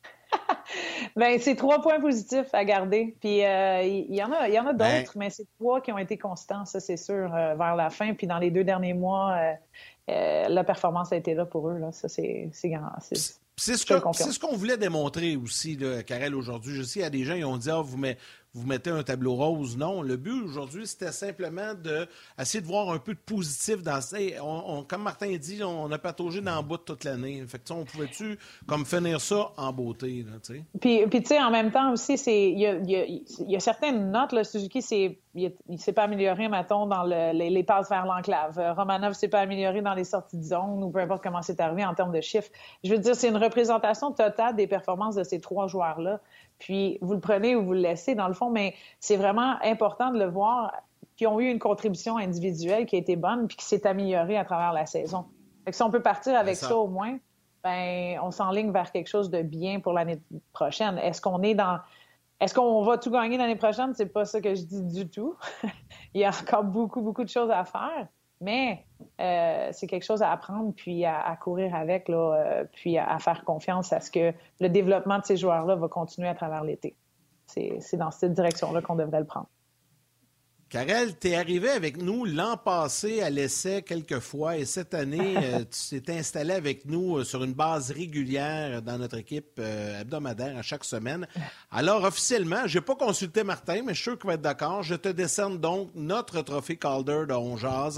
Bien, c'est trois points positifs à garder. Puis il euh, y, y en a, y en a d'autres, ben... mais c'est trois qui ont été constants, ça c'est sûr, euh, vers la fin. Puis dans les deux derniers mois, euh, euh, la performance a été là pour eux. Là. Ça, c'est, c'est grand. C'est, c'est, ce que, c'est ce qu'on voulait démontrer aussi, là, Karel, aujourd'hui. Je sais, il y a des gens qui ont dit ah, vous, met, vous mettez un tableau rose. Non, le but aujourd'hui, c'était simplement d'essayer de, de voir un peu de positif dans ça. On, on, comme Martin dit, on a pataugé dans le bout de toute l'année. Fait que, on pouvait-tu comme finir ça en beauté? Là, puis, puis tu sais, en même temps aussi, il y a, y, a, y a certaines notes. Là, Suzuki, c'est, il ne s'est pas amélioré, mettons, dans le, les, les passes vers l'enclave. Romanov ne s'est pas amélioré dans les sorties de zone ou peu importe comment c'est arrivé en termes de chiffres. Je veux dire, c'est une représentation totale des performances de ces trois joueurs-là. Puis vous le prenez ou vous le laissez, dans le fond, mais c'est vraiment important de le voir qu'ils ont eu une contribution individuelle qui a été bonne puis qui s'est améliorée à travers la saison. Fait que si on peut partir avec ça. ça au moins, ben on s'enligne vers quelque chose de bien pour l'année prochaine. Est-ce qu'on est dans... Est-ce qu'on va tout gagner l'année prochaine? C'est pas ça que je dis du tout. Il y a encore beaucoup, beaucoup de choses à faire. Mais euh, c'est quelque chose à apprendre puis à, à courir avec, là, euh, puis à, à faire confiance à ce que le développement de ces joueurs-là va continuer à travers l'été. C'est, c'est dans cette direction-là qu'on devrait le prendre. Karel, tu es arrivé avec nous l'an passé à l'essai quelques fois et cette année, euh, tu t'es installé avec nous euh, sur une base régulière dans notre équipe euh, hebdomadaire à chaque semaine. Alors, officiellement, je n'ai pas consulté Martin, mais je suis sûr qu'il va être d'accord. Je te décerne donc notre trophée Calder de On Jase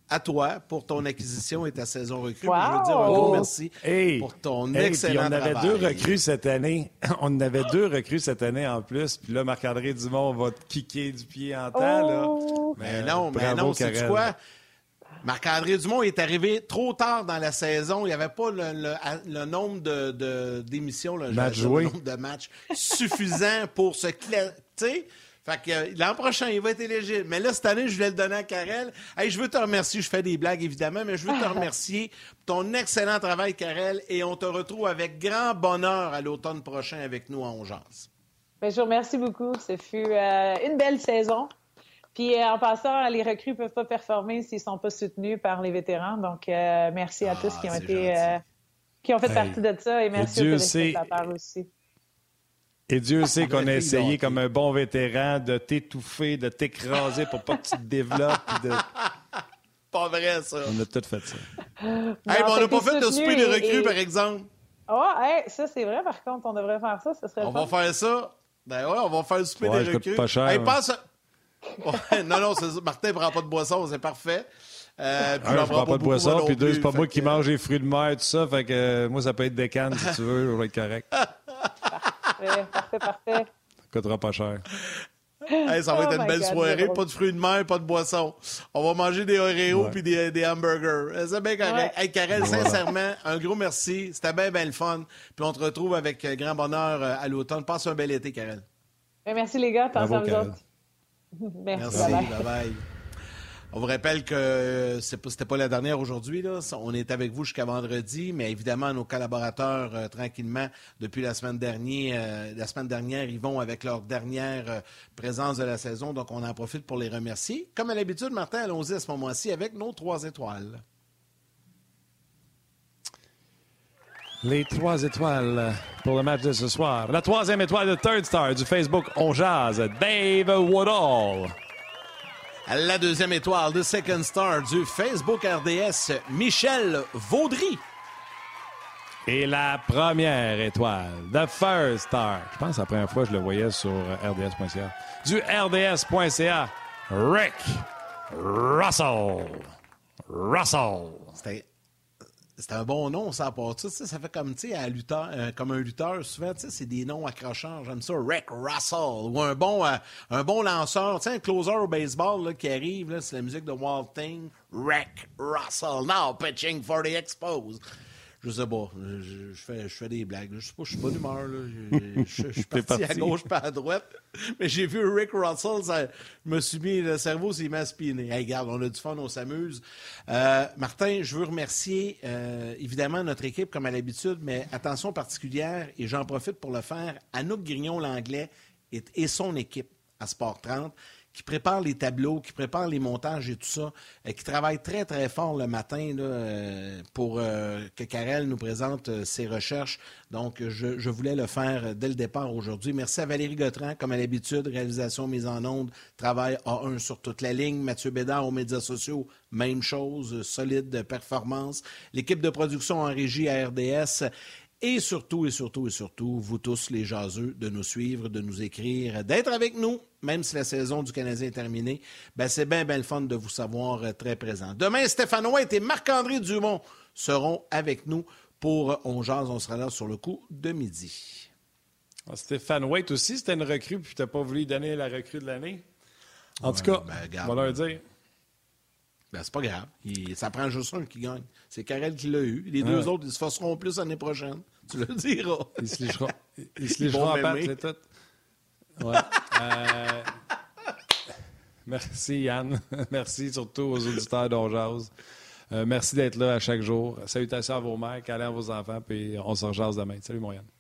à toi pour ton acquisition et ta saison recrue. Wow. Je veux dire un gros merci hey, pour ton hey, excellent on avait travail. deux recrues cette année. On en avait deux recrues cette année en plus. Puis là, Marc-André Dumont va te kicker du pied en temps. Oh. Là. Mais non, mais bravo, non, c'est Karel. quoi? Marc-André Dumont est arrivé trop tard dans la saison. Il n'y avait pas le, le, le nombre de, de, d'émissions, le, Match le joué. nombre de matchs suffisant pour se cla- tu sais? Fait que euh, l'an prochain, il va être éligible. Mais là, cette année, je voulais le donner à Karel. Hey, je veux te remercier. Je fais des blagues, évidemment, mais je veux te remercier pour ton excellent travail, Karel. Et on te retrouve avec grand bonheur à l'automne prochain avec nous à On Jase. Bien, je vous remercie beaucoup. Ce fut euh, une belle saison. Puis euh, en passant, les recrues ne peuvent pas performer s'ils ne sont pas soutenus par les vétérans. Donc, euh, merci à Ah, tous qui ont c'est été euh, qui ont fait Hey. partie de ça. Et merci Et Dieu aux sait- téléspectateurs aussi. Et Dieu sait qu'on a Merci, essayé, donc. comme un bon vétéran, de t'étouffer, de t'écraser pour pas que tu te développes. puis De... Pas vrai, ça. On a tout fait ça. Hey, Non, mais on t'as n'a pas été fait de soutenu souper des et- recrues, et- par exemple. Ah, hey, ça, c'est vrai, par contre. On devrait faire ça. Ce serait On le fun. va faire ça. Ben ouais, on va faire le souper Ouais, des ça coûte recrues. pas cher, Hey, hein. passe... Ouais, non, non, c'est ça. Martin ne prend pas de boisson, c'est parfait. Euh, puis Un, j'en je prends pas de beaucoup, moi boisson, non puis deux, plus. c'est pas Fait moi qui que- mange les fruits de mer, tout ça. Fait que euh, moi, ça peut être des cannes si tu veux, je vais être correct. Ça Parfait, parfait, parfait. coûtera pas cher. Hey, ça va Oh être une my belle God, soirée, c'est drôle. pas de fruits de mer, pas de boisson. On va manger des Oreos Ouais. puis des, des hamburgers. Euh, C'est bien correct. Ouais. Hey, Karel, Voilà. sincèrement, un gros merci. C'était bien, bien le fun. Puis on te retrouve avec euh, grand bonheur euh, à l'automne. Passe un bel été, Karel. Bien, merci, les gars. Attention à Bravo, vous Karel. autres. Merci, Merci. bye-bye. Bye-bye. On vous rappelle que c'est pas- c'était pas la dernière aujourd'hui. Là. On est avec vous jusqu'à vendredi, mais évidemment, nos collaborateurs, euh, tranquillement, depuis la semaine dernière, euh, la semaine dernière, ils vont avec leur dernière euh, présence de la saison. Donc, on en profite pour les remercier. Comme à l'habitude, Martin, allons-y à ce moment-ci avec nos trois étoiles. Les trois étoiles pour le match de ce soir. La troisième étoile de Third Star du Facebook On Jase, Dave Woodall. La deuxième étoile de Second Star du Facebook R D S, Michel Vaudry. Et la première étoile, The First Star. Je pense que c'est la première fois que je le voyais sur R D S point C A. Du R D S point C A, Rick Russell. Russell. C'était, c'était un bon nom, ça, à part ça. Tu sais, ça fait comme, tu sais, à lutteur, euh, comme un lutteur, souvent, tu sais, c'est des noms accrocheurs. J'aime ça, Rick Russell. Ou un bon, euh, un bon lanceur. Tu sais, un closer au baseball là, qui arrive, là, c'est la musique de Wild Thing. Rick Russell. Now pitching for the Expos. Je sais pas. Je, je- je fais, je fais des blagues. Je sais pas, je suis pas d'humeur. Là. Je, je- je suis T'es parti, à parti. gauche pas à droite. Mais j'ai vu Rick Russell, ça je me suis mis, le cerveau s'est mis à spinner. Hey, regarde, on a du fun, on s'amuse. Euh, Martin, je veux remercier euh, évidemment notre équipe comme à l'habitude, mais attention particulière, et j'en profite pour le faire, Anouk Grignon-Langlais et, et son équipe à Sport trente, qui prépare les tableaux, qui prépare les montages et tout ça, euh, qui travaille très, très fort le matin là, euh, pour euh, que Karel nous présente euh, ses recherches. Donc, je, je voulais le faire euh, dès le départ aujourd'hui. Merci à Valérie Gautran, comme à l'habitude, réalisation mise en onde, travail A un sur toute la ligne. Mathieu Bédard aux médias sociaux, même chose, euh, solide performance. L'équipe de production en régie à R D S. Et surtout, et surtout, et surtout, vous tous les jaseux, de nous suivre, de nous écrire, d'être avec nous, même si la saison du Canadien est terminée. Ben, c'est bien, bien le fun de vous savoir euh, très présent. Demain, Stéphane White et Marc-André Dumont seront avec nous pour euh, On Jase. On sera là sur le coup de midi. Ah, Stéphane Waite aussi, c'était une recrue, puis tu n'as pas voulu lui donner la recrue de l'année. En tout cas, ben, regarde. on va leur dire. Ben, c'est pas grave. Il- ça prend juste un qui gagne. C'est Karel qui l'a eu. Les deux Ouais. autres, ils se forceront plus l'année prochaine. Tu le diras. Il se léchera, il se Ils léchera vont en patte, m'aimer. c'est tout. Ouais. Euh, Merci, Yann. Merci surtout aux auditeurs d'On Jase. Euh, merci d'être là à chaque jour. Salutations à vos mères, câlins à vos enfants, puis on se rejase demain. Salut, mon Yann.